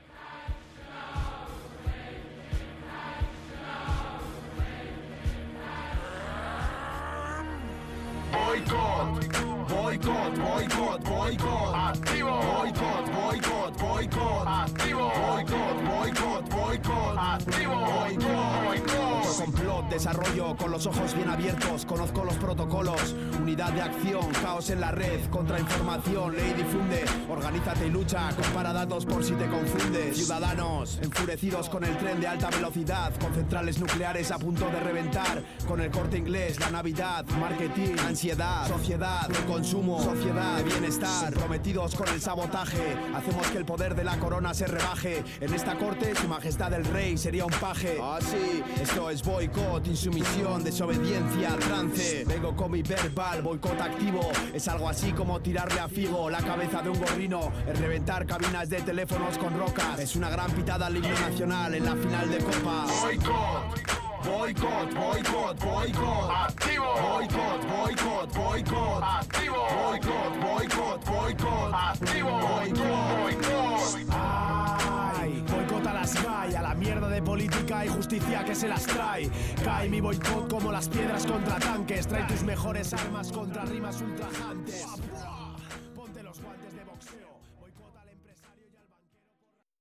Boykott, Boykott, Boykott, Boykott, Aktivo, Boykott, Boykott, Boykott, Aktivo, Boykott, Boykott, Boykott, Aktivo, Boykott, Boykott. Complot, desarrollo con los ojos bien abiertos, conozco los protocolos, unidad de acción, caos en la red, contrainformación, ley difunde, organízate y lucha, compara datos por si te confundes. Ciudadanos, enfurecidos con el tren de alta velocidad, con centrales nucleares a punto de reventar, con el Corte Inglés, la Navidad, marketing, ansiedad, sociedad, de consumo, sociedad, de bienestar, comprometidos con el sabotaje, hacemos que el poder de la corona se rebaje, en esta corte su majestad el rey sería un paje. Ah sí, esto es boicot, boicot, insumisión, desobediencia, trance. Vengo con mi verbal, boicot activo. Es algo así como tirarle a Figo la cabeza de un gorrino, es reventar cabinas de teléfonos con rocas. Es una gran pitada al himno nacional en la final de Copa. Boicot. Boicot, boicot, boicot, activo. Boicot, boicot, boicot, activo. Boicot, boicot, boicot, activo. Boicot, boicot. Ay, boicot a las gay, a la mierda de política y justicia que se las trae. Cae mi boicot como las piedras contra tanques. Trae tus mejores armas contra rimas ultrajantes.